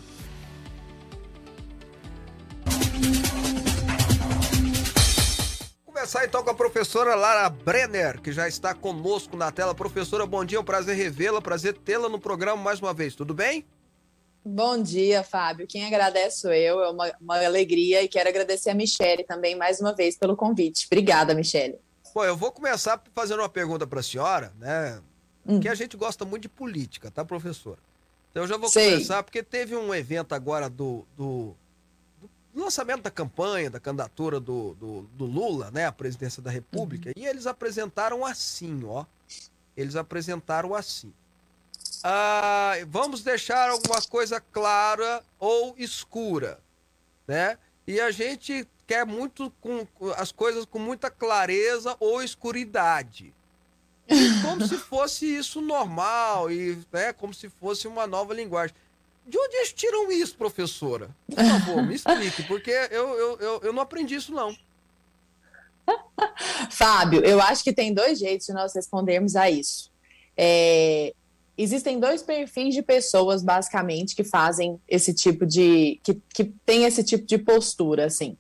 D: Começar então com a professora Lara Brenner, que já está conosco na tela. Professora, bom dia, é um prazer revê-la, prazer tê-la no programa mais uma vez, tudo bem?
F: Bom dia, Fábio. Quem agradece sou eu, é uma, uma alegria, e quero agradecer a Michele também mais uma vez pelo convite. Obrigada, Michele.
D: Bom, eu vou começar fazendo uma pergunta para a senhora, né? Hum. Que a gente gosta muito de política, tá, professora? Então eu já vou
F: Sei.
D: começar, porque teve um evento agora do, do, do lançamento da campanha, da candidatura do, do, do Lula, né, à presidência da República, uhum. e eles apresentaram assim, ó. Eles apresentaram assim. Ah, vamos deixar alguma coisa clara ou escura, né? E a gente quer muito com as coisas com muita clareza ou escuridade. E como se fosse isso normal, e, né, como se fosse uma nova linguagem. De onde eles tiram isso, professora? Por favor, me explique, porque eu, eu, eu, eu não aprendi isso, não.
F: Fábio, eu acho que tem dois jeitos de nós respondermos a isso. É... Existem dois perfis de pessoas, basicamente, que fazem esse tipo de... que, que tem esse tipo de postura, assim.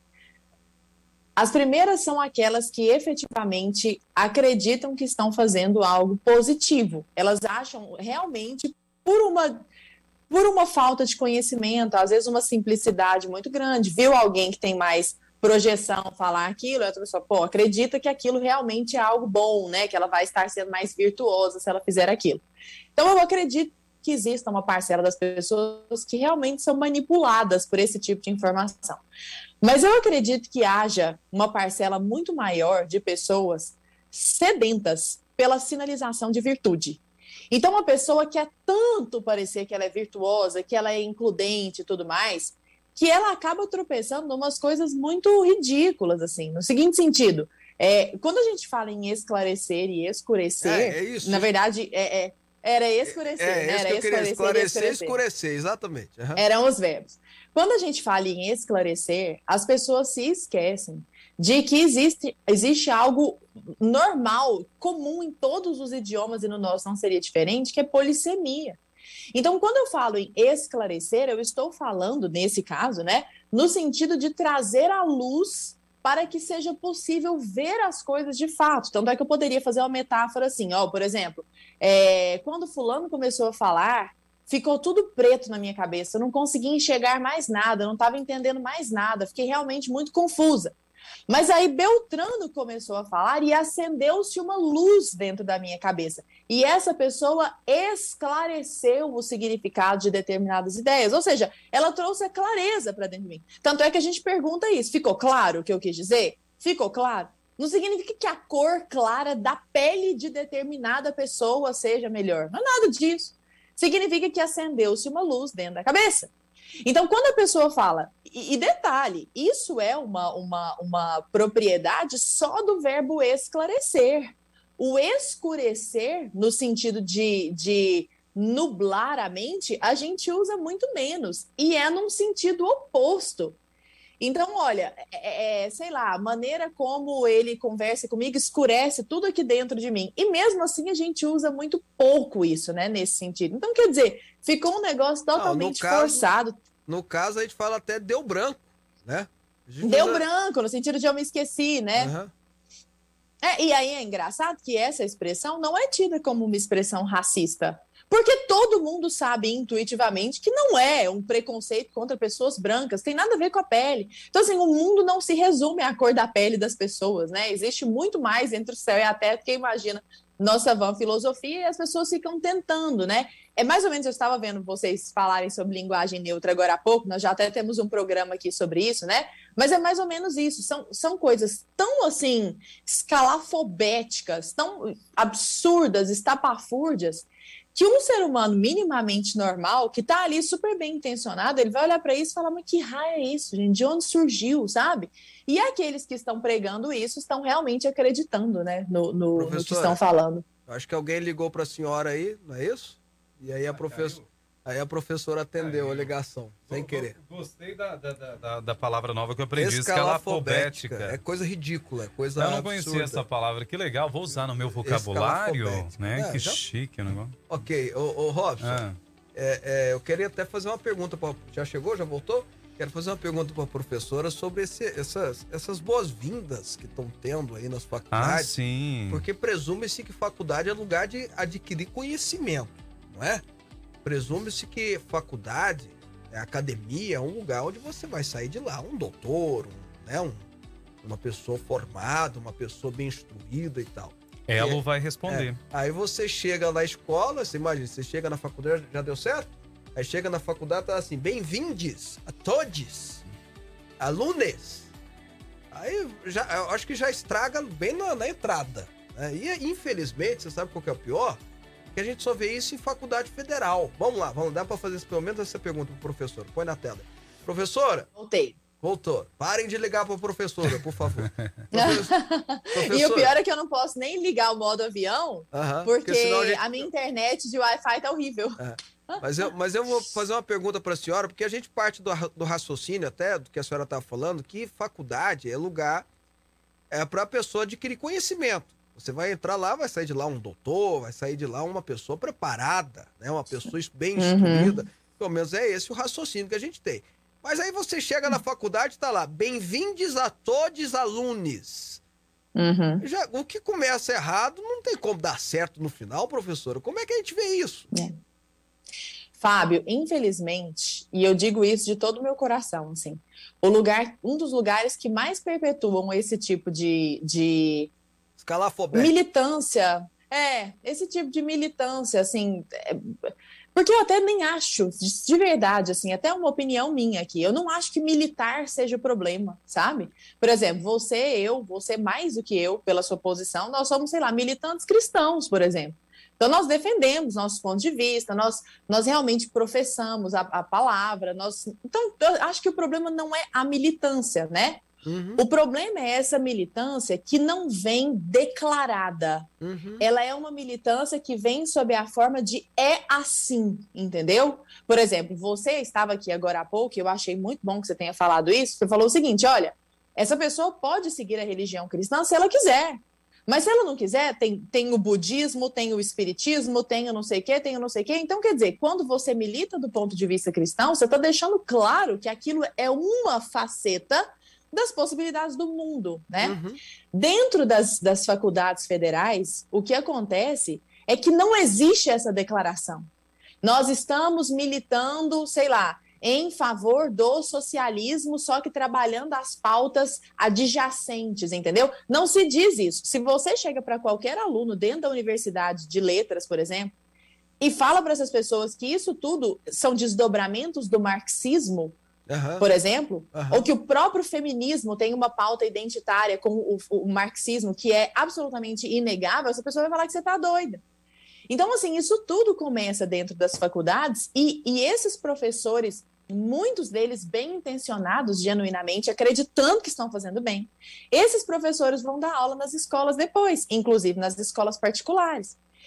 F: As primeiras são aquelas que efetivamente acreditam que estão fazendo algo positivo. Elas acham realmente, por uma, por uma falta de conhecimento, às vezes uma simplicidade muito grande, viu alguém que tem mais projeção falar aquilo, e a outra pessoa, pô, acredita que aquilo realmente é algo bom, né? Que ela vai estar sendo mais virtuosa se ela fizer aquilo. Então, eu acredito que exista uma parcela das pessoas que realmente são manipuladas por esse tipo de informação. Mas eu acredito que haja uma parcela muito maior de pessoas sedentas pela sinalização de virtude. Então, uma pessoa quer tanto parecer que ela é virtuosa, que ela é includente e tudo mais, que ela acaba tropeçando em umas coisas muito ridículas, assim, no seguinte sentido, é, quando a gente fala em esclarecer e escurecer,
D: é, é isso,
F: na verdade, é, é, era escurecer,
D: é, é,
F: né? Era
D: esclarecer, esclarecer,
F: escurecer.
D: escurecer, exatamente. Uhum.
F: Eram os verbos. Quando a gente fala em esclarecer, as pessoas se esquecem de que existe, existe algo normal, comum em todos os idiomas, e no nosso não seria diferente, que é polissemia. Então, quando eu falo em esclarecer, eu estou falando, nesse caso, né, no sentido de trazer à luz para que seja possível ver as coisas de fato. Tanto é que eu poderia fazer uma metáfora assim, ó, por exemplo, é, quando fulano começou a falar, ficou tudo preto na minha cabeça, eu não conseguia enxergar mais nada, eu não estava entendendo mais nada, fiquei realmente muito confusa. Mas aí Beltrano começou a falar e acendeu-se uma luz dentro da minha cabeça. E essa pessoa esclareceu o significado de determinadas ideias. Ou seja, ela trouxe a clareza para dentro de mim. Tanto é que a gente pergunta isso. Ficou claro o que eu quis dizer? Ficou claro? Não significa que a cor clara da pele de determinada pessoa seja melhor. Não é nada disso. Significa que acendeu-se uma luz dentro da cabeça. Então, quando a pessoa fala, e, e detalhe, isso é uma, uma, uma propriedade só do verbo esclarecer. O escurecer, no sentido de, de nublar a mente, a gente usa muito menos. E é num sentido oposto. Então, olha, é, é, sei lá, a maneira como ele conversa comigo escurece tudo aqui dentro de mim. E mesmo assim a gente usa muito pouco isso, né, nesse sentido. Então, quer dizer, ficou um negócio totalmente
D: Não, no caso,
F: forçado.
D: No caso, a gente fala até deu branco, né?
F: Deu
D: usa...
F: branco, no sentido de eu me esqueci, né?
D: Uhum.
F: É, e aí é engraçado que essa expressão não é tida como uma expressão racista. Porque todo mundo sabe intuitivamente que não é um preconceito contra pessoas brancas, tem nada a ver com a pele. Então, assim, o mundo não se resume à cor da pele das pessoas, né? Existe muito mais entre o céu e a terra do que imagina nossa vã filosofia, e as pessoas ficam tentando, né? É mais ou menos, eu estava vendo vocês falarem sobre linguagem neutra agora há pouco, nós já até temos um programa aqui sobre isso, né? Mas é mais ou menos isso, são, são coisas tão, assim, escalafobéticas, tão absurdas, estapafúrdias, que um ser humano minimamente normal, que tá ali super bem intencionado, ele vai olhar para isso e falar, mas que raio é isso, gente? De onde surgiu, sabe? E aqueles que estão pregando isso estão realmente acreditando, né, no, no, no que estão falando.
D: Acho que alguém ligou para a senhora aí, não é isso? E aí a, professor... aí a professora atendeu aí a ligação, sem querer.
A: Gostei da, da, da, da palavra nova que eu aprendi,
D: escalafobética. É coisa ridícula, é coisa
A: Eu não
D: absurda.
A: conhecia essa palavra, que legal, vou usar no meu vocabulário, né?
D: É,
A: que
D: já...
A: chique o negócio.
D: Ok, ô, ô Robson, ah. é, é, eu queria até fazer uma pergunta, pra... já chegou, já voltou? Quero fazer uma pergunta para a professora sobre esse, essas, essas boas-vindas que estão tendo aí nas faculdades.
A: Ah, sim.
D: Porque presume-se que faculdade é lugar de adquirir conhecimento, não é? Presume-se que faculdade, academia, é um lugar onde você vai sair de lá um doutor, um, né, um, uma pessoa formada, uma pessoa bem instruída e tal.
A: Ela
D: e,
A: vai responder.
D: É, aí você chega na escola, você imagina, você chega na faculdade, já deu certo? Aí chega na faculdade e tá assim, bem-vindos a todos, alunos. Aí já, eu acho que já estraga bem na, na entrada. Né? E infelizmente, você sabe qual que é o pior? Que a gente só vê isso em faculdade federal. Vamos lá, vamos dar para fazer pelo menos essa pergunta pro professor. Põe na tela. Professora?
F: Voltei.
D: Voltou. Parem de ligar para a professora, por favor.
F: Professor... E o pior é que eu não posso nem ligar o modo avião, uh-huh, porque, porque a, gente... a minha internet de Wi-Fi tá horrível.
D: Uh-huh. Mas eu, mas eu vou fazer uma pergunta para a senhora, porque a gente parte do, do raciocínio até, do que a senhora estava falando, que faculdade é lugar é, para a pessoa adquirir conhecimento. Você vai entrar lá, vai sair de lá um doutor, vai sair de lá uma pessoa preparada, né? Uma pessoa bem instruída. Uhum. Pelo menos é esse o raciocínio que a gente tem. Mas aí você chega na faculdade e está lá, bem-vindos a todos alunos.
F: Uhum.
D: Já, o que começa errado não tem como dar certo no final, professora. Como é que a gente vê isso?
F: É. Fábio, infelizmente, e eu digo isso de todo o meu coração, assim, o lugar, um dos lugares que mais perpetuam esse tipo de, de militância, é, esse tipo de militância, assim, é, porque eu até nem acho, de, de verdade, assim, até uma opinião minha aqui, eu não acho que militar seja o problema, sabe? Por exemplo, você, eu, você mais do que eu, pela sua posição, nós somos, sei lá, militantes cristãos, por exemplo. Então, nós defendemos nossos pontos de vista, nós, nós realmente professamos a, a palavra. Nós... Então, eu acho que o problema não é a militância, né?
D: Uhum.
F: O problema é essa militância que não vem declarada.
D: Uhum.
F: Ela é uma militância que vem sob a forma de é assim, entendeu? Por exemplo, você estava aqui agora há pouco, e eu achei muito bom que você tenha falado isso, você falou o seguinte, olha, essa pessoa pode seguir a religião cristã se ela quiser. Mas se ela não quiser, tem, tem o budismo, tem o espiritismo, tem o não sei o quê, tem o não sei o quê. Então, quer dizer, quando você milita do ponto de vista cristão, você está deixando claro que aquilo é uma faceta das possibilidades do mundo, né?
D: Uhum.
F: Dentro das, das faculdades federais, o que acontece é que não existe essa declaração. Nós estamos militando, sei lá, em favor do socialismo, só que trabalhando as pautas adjacentes, entendeu? Não se diz isso. Se você chega para qualquer aluno dentro da universidade de letras, por exemplo, e fala para essas pessoas que isso tudo são desdobramentos do marxismo,
D: uhum.
F: por exemplo,
D: uhum.
F: ou que o próprio feminismo tem uma pauta identitária com o, o marxismo, que é absolutamente inegável, essa pessoa vai falar que você está doida. Então, assim, isso tudo começa dentro das faculdades e, e esses professores, muitos deles bem intencionados, genuinamente, acreditando que estão fazendo bem, esses professores vão dar aula nas escolas depois, inclusive nas escolas particulares.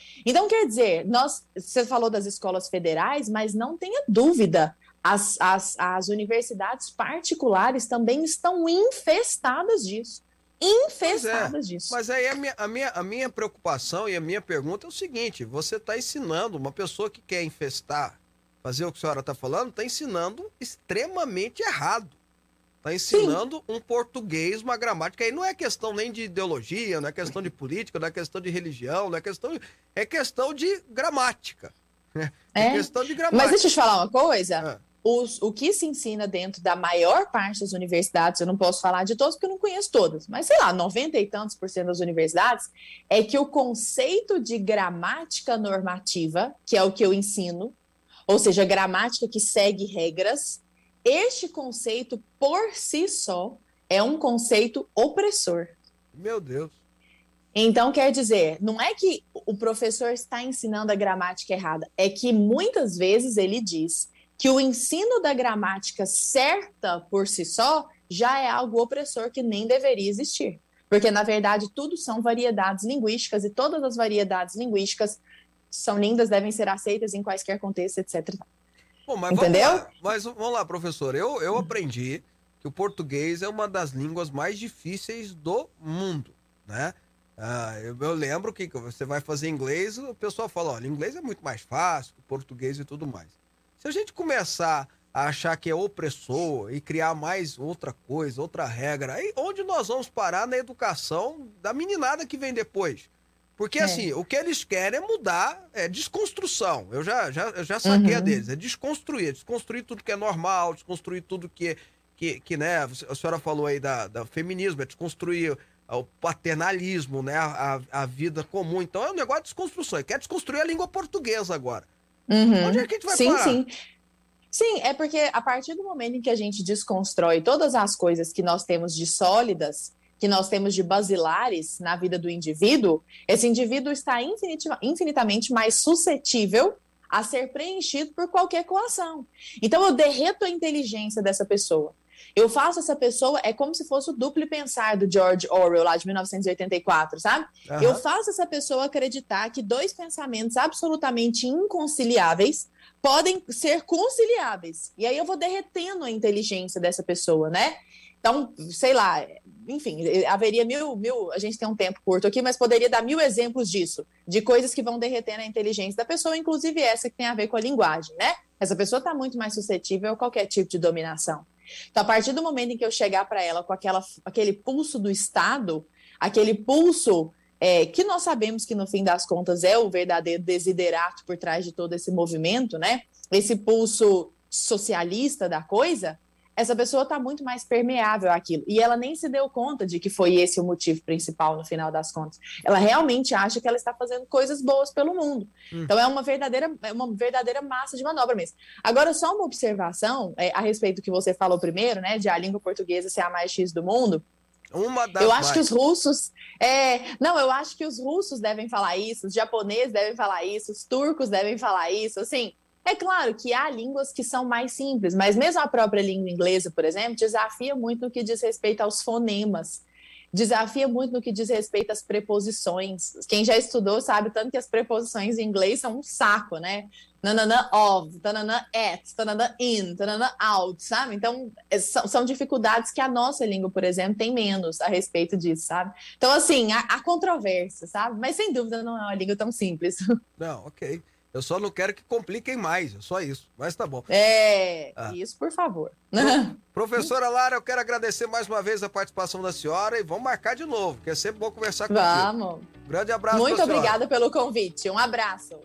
F: Então, quer dizer, nós, você falou das escolas federais, mas não tenha dúvida, as, as, as universidades particulares também estão infestadas disso. Infestadas
D: é,
F: disso.
D: Mas aí a minha, a, minha, a minha preocupação e a minha pergunta é o seguinte, você está ensinando, uma pessoa que quer infestar, fazer o que a senhora está falando, está ensinando extremamente errado. Está ensinando Sim. um português, uma gramática. Aí não é questão nem de ideologia, não é questão de política, não é questão de religião, não é questão de... É questão de gramática. É, é questão de gramática.
F: Mas deixa eu te falar uma coisa. É. Os, o que se ensina dentro da maior parte das universidades, eu não posso falar de todas porque eu não conheço todas, mas sei lá, noventa e tantos por cento das universidades, é que o conceito de gramática normativa, que é o que eu ensino, ou seja, gramática que segue regras, este conceito, por si só, é um conceito opressor.
D: Meu Deus.
F: Então, quer dizer, não é que o professor está ensinando a gramática errada, é que muitas vezes ele diz que o ensino da gramática certa por si só já é algo opressor que nem deveria existir. Porque, na verdade, tudo são variedades linguísticas e todas as variedades linguísticas são lindas, devem ser aceitas em quaisquer contextos, etcétera.
D: Bom, mas Entendeu? Vamos lá, mas vamos lá, professor. Eu, eu aprendi que o português é uma das línguas mais difíceis do mundo, né? Ah, eu, eu lembro que você vai fazer inglês, o pessoal fala, olha, inglês é muito mais fácil que o português e tudo mais. Se a gente começar a achar que é opressor e criar mais outra coisa, outra regra, aí onde nós vamos parar na educação da meninada que vem depois? Porque, é. assim, o que eles querem é mudar, é desconstrução. Eu já, já, eu já saquei uhum. a deles, é desconstruir, desconstruir tudo que é normal, desconstruir tudo que, que, que né, a senhora falou aí da, da feminismo, é desconstruir o paternalismo, né, a, a vida comum. Então é um negócio de desconstrução, ele quer desconstruir a língua portuguesa agora.
F: Uhum.
D: Onde é que a gente vai
F: sim,
D: parar?
F: Sim, sim. É porque a partir do momento em que a gente desconstrói todas as coisas que nós temos de sólidas, que nós temos de basilares na vida do indivíduo, esse indivíduo está infinitamente mais suscetível a ser preenchido por qualquer coação. Então eu derreto a inteligência dessa pessoa. Eu faço essa pessoa, é como se fosse o duplo pensar do George Orwell, lá de mil novecentos e oitenta e quatro, sabe? Uhum. Eu faço essa pessoa acreditar que dois pensamentos absolutamente inconciliáveis podem ser conciliáveis. E aí eu vou derretendo a inteligência dessa pessoa, né? Então, sei lá, enfim, haveria mil, mil, a gente tem um tempo curto aqui, mas poderia dar mil exemplos disso, de coisas que vão derretendo a inteligência da pessoa, inclusive essa que tem a ver com a linguagem, né? Essa pessoa está muito mais suscetível a qualquer tipo de dominação. Então, a partir do momento em que eu chegar para ela com aquela, aquele pulso do Estado, aquele pulso é, que nós sabemos que, no fim das contas, é o verdadeiro desiderato por trás de todo esse movimento, né? Esse pulso socialista da coisa, essa pessoa está muito mais permeável àquilo. E ela nem se deu conta de que foi esse o motivo principal, no final das contas. Ela realmente acha que ela está fazendo coisas boas pelo mundo. Hum. Então, é uma verdadeira, é uma verdadeira massa de manobra mesmo. Agora, só uma observação é, a respeito do que você falou primeiro, né, de a língua portuguesa ser a mais X do mundo.
D: Uma das
F: eu acho
D: mais.
F: que os russos... É, não, eu acho que os russos devem falar isso, os japoneses devem falar isso, os turcos devem falar isso, assim... É claro que há línguas que são mais simples, mas mesmo a própria língua inglesa, por exemplo, desafia muito no que diz respeito aos fonemas, desafia muito no que diz respeito às preposições. Quem já estudou sabe tanto que as preposições em inglês são um saco, né? Nananã of, tananã at, tananã in, tananã out, sabe? Então, são, são dificuldades que a nossa língua, por exemplo, tem menos a respeito disso, sabe? Então, assim, há, há controvérsia, sabe? Mas, sem dúvida, não é uma língua tão simples.
D: Não, ok. Eu só não quero que compliquem mais, é só isso. Mas tá bom.
F: É, ah. isso por favor.
D: Pro, professora Lara, eu quero agradecer mais uma vez a participação da senhora e vamos marcar de novo, porque é sempre bom conversar com você.
F: Vamos.
D: Grande abraço.
F: Muito obrigada pelo convite. Um abraço.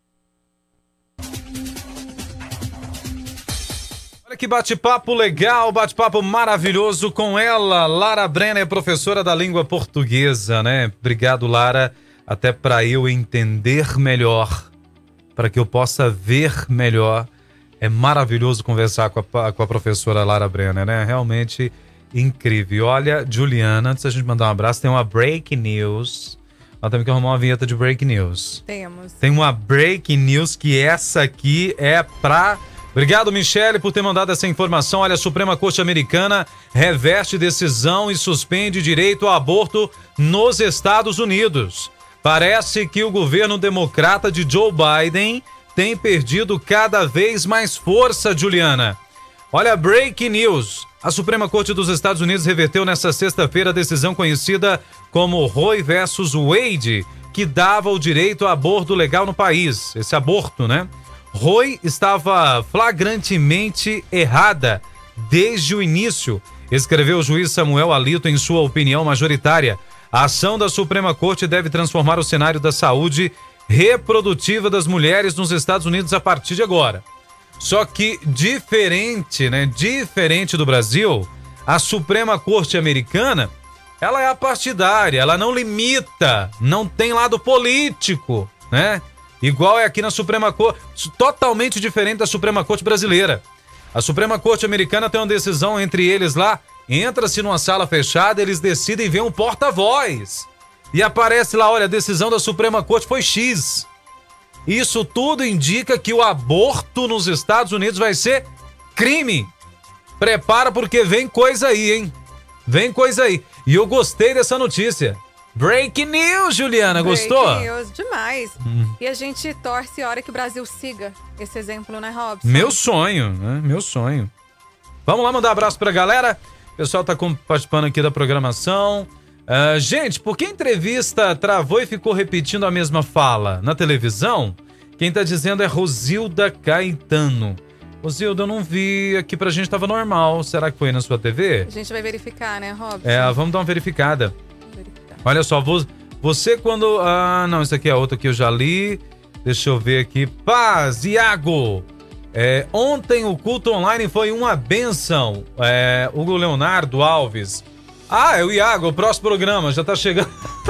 A: Olha que bate-papo legal, bate-papo maravilhoso com ela, Lara Brenner, professora da língua portuguesa, né? Obrigado, Lara, até para eu entender melhor, para que eu possa ver melhor. É maravilhoso conversar com a, com a professora Lara Brenner, né? Realmente incrível. Olha, Juliana, antes da gente mandar um abraço, tem uma break news. Nós temos que arrumar uma vinheta de break news.
B: Temos.
A: Tem uma break news que essa aqui é pra... Obrigado, Michele, por ter mandado essa informação. Olha, a Suprema Corte Americana reverte decisão e suspende direito ao aborto nos Estados Unidos. Parece que o governo democrata de Joe Biden tem perdido cada vez mais força, Juliana. Olha, breaking news. A Suprema Corte dos Estados Unidos reverteu nesta sexta-feira a decisão conhecida como Roe versus Wade, que dava o direito a aborto legal no país. Esse aborto, né? Roe estava flagrantemente errada desde o início, escreveu o juiz Samuel Alito em sua opinião majoritária. A ação da Suprema Corte deve transformar o cenário da saúde reprodutiva das mulheres nos Estados Unidos a partir de agora. Só que diferente, né? Diferente do Brasil, a Suprema Corte americana, ela é apartidária, ela não limita, não tem lado político, né? Igual é aqui na Suprema Corte, totalmente diferente da Suprema Corte brasileira. A Suprema Corte americana tem uma decisão entre eles lá, entra-se numa sala fechada, eles decidem ver um porta-voz. E aparece lá, olha, a decisão da Suprema Corte foi X. Isso tudo indica que o aborto nos Estados Unidos vai ser crime. Prepara porque vem coisa aí, hein? Vem coisa aí. E eu gostei dessa notícia. Breaking news, Juliana, gostou?
B: Breaking news, demais. Hum. E a gente torce a hora que o Brasil siga esse exemplo, né, Robson?
A: Meu sonho, né? Meu sonho. Vamos lá mandar um abraço pra galera. O pessoal tá participando aqui da programação. Uh, gente, por que a entrevista travou e ficou repetindo a mesma fala? Na televisão, quem tá dizendo é Rosilda Caetano. Rosilda, eu não vi aqui pra gente, tava normal. Será que foi na sua T V?
B: A gente vai verificar, né, Robson?
A: É, vamos dar uma verificada. Verificar. Olha só, você quando... Ah, não, isso aqui é outro que eu já li. Deixa eu ver aqui. Paz, Iago! É, ontem o culto online foi uma benção. É, Hugo Leonardo Alves. Ah, é o Iago, o próximo programa, já tá chegando.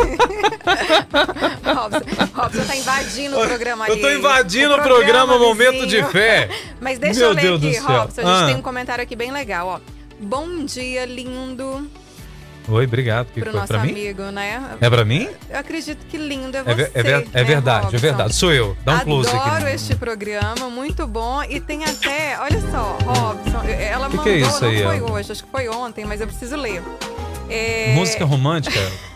B: Robson, Robson tá invadindo o programa ali.
A: Eu tô invadindo o programa, programa Momento de Fé.
B: Mas deixa
A: Meu
B: eu ler
A: Deus
B: aqui, Robson, a gente
A: ah.
B: tem um comentário aqui bem legal, ó. Bom dia, lindo.
A: Oi, obrigado. Que
B: Pro
A: foi?
B: nosso
A: Pra
B: amigo,
A: mim?
B: né?
A: É pra mim?
B: Eu acredito que lindo é
A: É,
B: você,
A: ver, é, ver, é
B: né,
A: verdade,
B: Robson?
A: é verdade. Sou eu. Dá um close aqui.
B: Adoro este programa, muito bom. E tem até, olha só, Robson, ela
A: que
B: mandou,
A: que é isso
B: não
A: aí,
B: foi
A: ó?
B: hoje, acho que foi ontem, mas eu preciso ler. É...
A: Música romântica?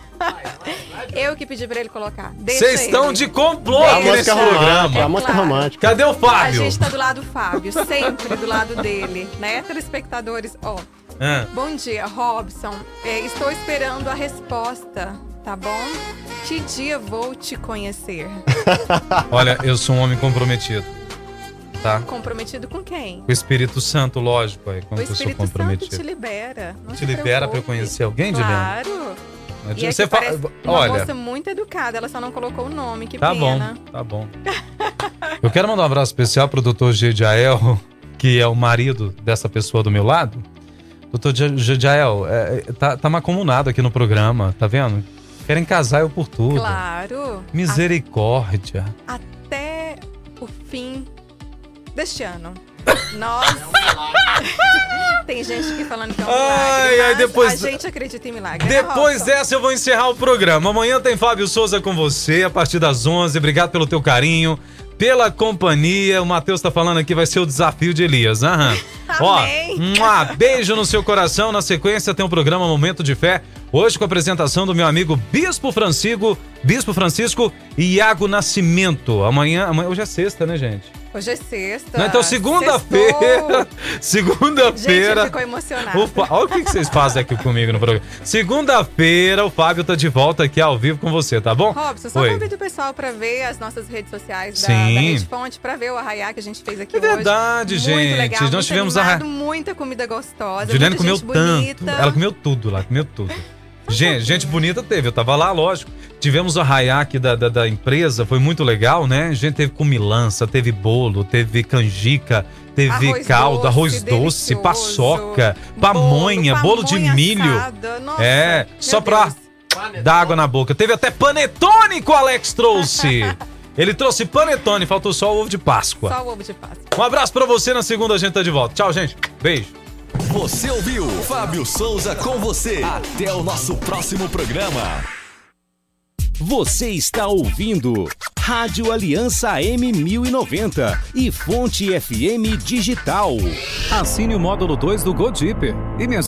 B: Eu que pedi pra ele colocar.
A: Vocês estão de complô
B: Deixa
A: aqui nesse programa.
G: É a música
B: claro.
G: romântica.
A: Cadê o
B: A
A: Fábio?
B: gente tá do lado do Fábio, sempre do lado dele, né? Telespectadores, ó.
A: Ah.
B: Bom dia, Robson. É, estou esperando a resposta, tá bom? Que dia vou te conhecer?
A: Olha, eu sou um homem comprometido. Tá?
B: Comprometido com quem?
A: Com o Espírito Santo, lógico. É, quando
B: O
A: eu sou
B: Espírito
A: comprometido.
B: Santo te libera. Não
A: Te
B: te
A: libera pra eu
B: preocupe.
A: conhecer alguém, Juliana?
B: Claro. E
A: Você
B: aqui
A: fa...
B: parece uma
A: Olha,
B: moça muito educada, ela só não colocou o nome, que
A: tá
B: pena.
A: bom, tá bom. Eu quero mandar um abraço especial pro doutor Gediael, que é o marido dessa pessoa do meu lado. doutor Gediael, é, tá, tá macumunado aqui no programa, tá vendo? Querem casar eu por tudo.
B: Claro.
A: Misericórdia.
B: Até o fim deste ano. Nós... Tem gente aqui falando que é um
A: Ai,
B: milagre,
A: ai,
B: mas
A: depois-
B: a gente acredita em milagre. né,
A: Depois
B: Robson?
A: dessa eu vou encerrar o programa. Amanhã tem Fábio Souza com você a partir das onze. Obrigado pelo teu carinho, pela companhia. O Matheus tá falando aqui, vai ser o desafio de Elias. Aham.
B: Amém.
A: Ó, mua, beijo no seu coração. Na sequência tem o programa Momento de Fé. Hoje com a apresentação do meu amigo Bispo Francisco, Bispo Francisco e Iago Nascimento. Amanhã, amanhã, hoje é sexta, né, gente?
B: Hoje é sexta.
A: Não, então segunda-feira,
B: Sextou.
A: segunda-feira.
B: Gente, ficou emocionado.
A: O Fá- Olha o que que vocês fazem aqui comigo no programa. Segunda-feira, o Fábio tá de volta aqui ao vivo com você, tá bom?
B: Robson, só
A: Oi.
B: convido o pessoal pra ver as nossas redes sociais da,
A: Sim.
B: da Rede Fonte, pra ver o arraiá que a gente fez aqui
A: É verdade,
B: hoje.
A: gente.
B: Muito legal,
A: Nós
B: muito
A: tivemos
B: animado,
A: a-
B: muita comida gostosa,
A: Juliana
B: muita
A: comeu
B: gente
A: tanto.
B: bonita.
A: Ela comeu tudo lá, comeu tudo. Gente, gente bonita teve, eu tava lá, lógico. Tivemos o arraiá aqui da, da, da empresa, foi muito legal, né? A gente teve comilança, teve bolo, teve canjica, teve
B: Arroz
A: caldo,
B: doce,
A: arroz doce,
B: delicioso.
A: paçoca,
B: Bolo,
A: pamonha, bolo de
B: pamonha
A: milho.
B: assada. Nossa,
A: É,
B: meu
A: só pra
B: Deus.
A: dar água na boca. Teve até panetone que o Alex trouxe. Ele trouxe panetone, faltou só o ovo de Páscoa.
B: Só o ovo de Páscoa.
A: Um abraço pra você, na segunda a gente tá de volta. Tchau, gente. Beijo.
C: Você ouviu Fábio Souza com você. Até o nosso próximo programa.
H: Você está ouvindo Rádio Aliança M mil e noventa e Fonte F M Digital.
I: Assine o módulo dois do Go Deeper e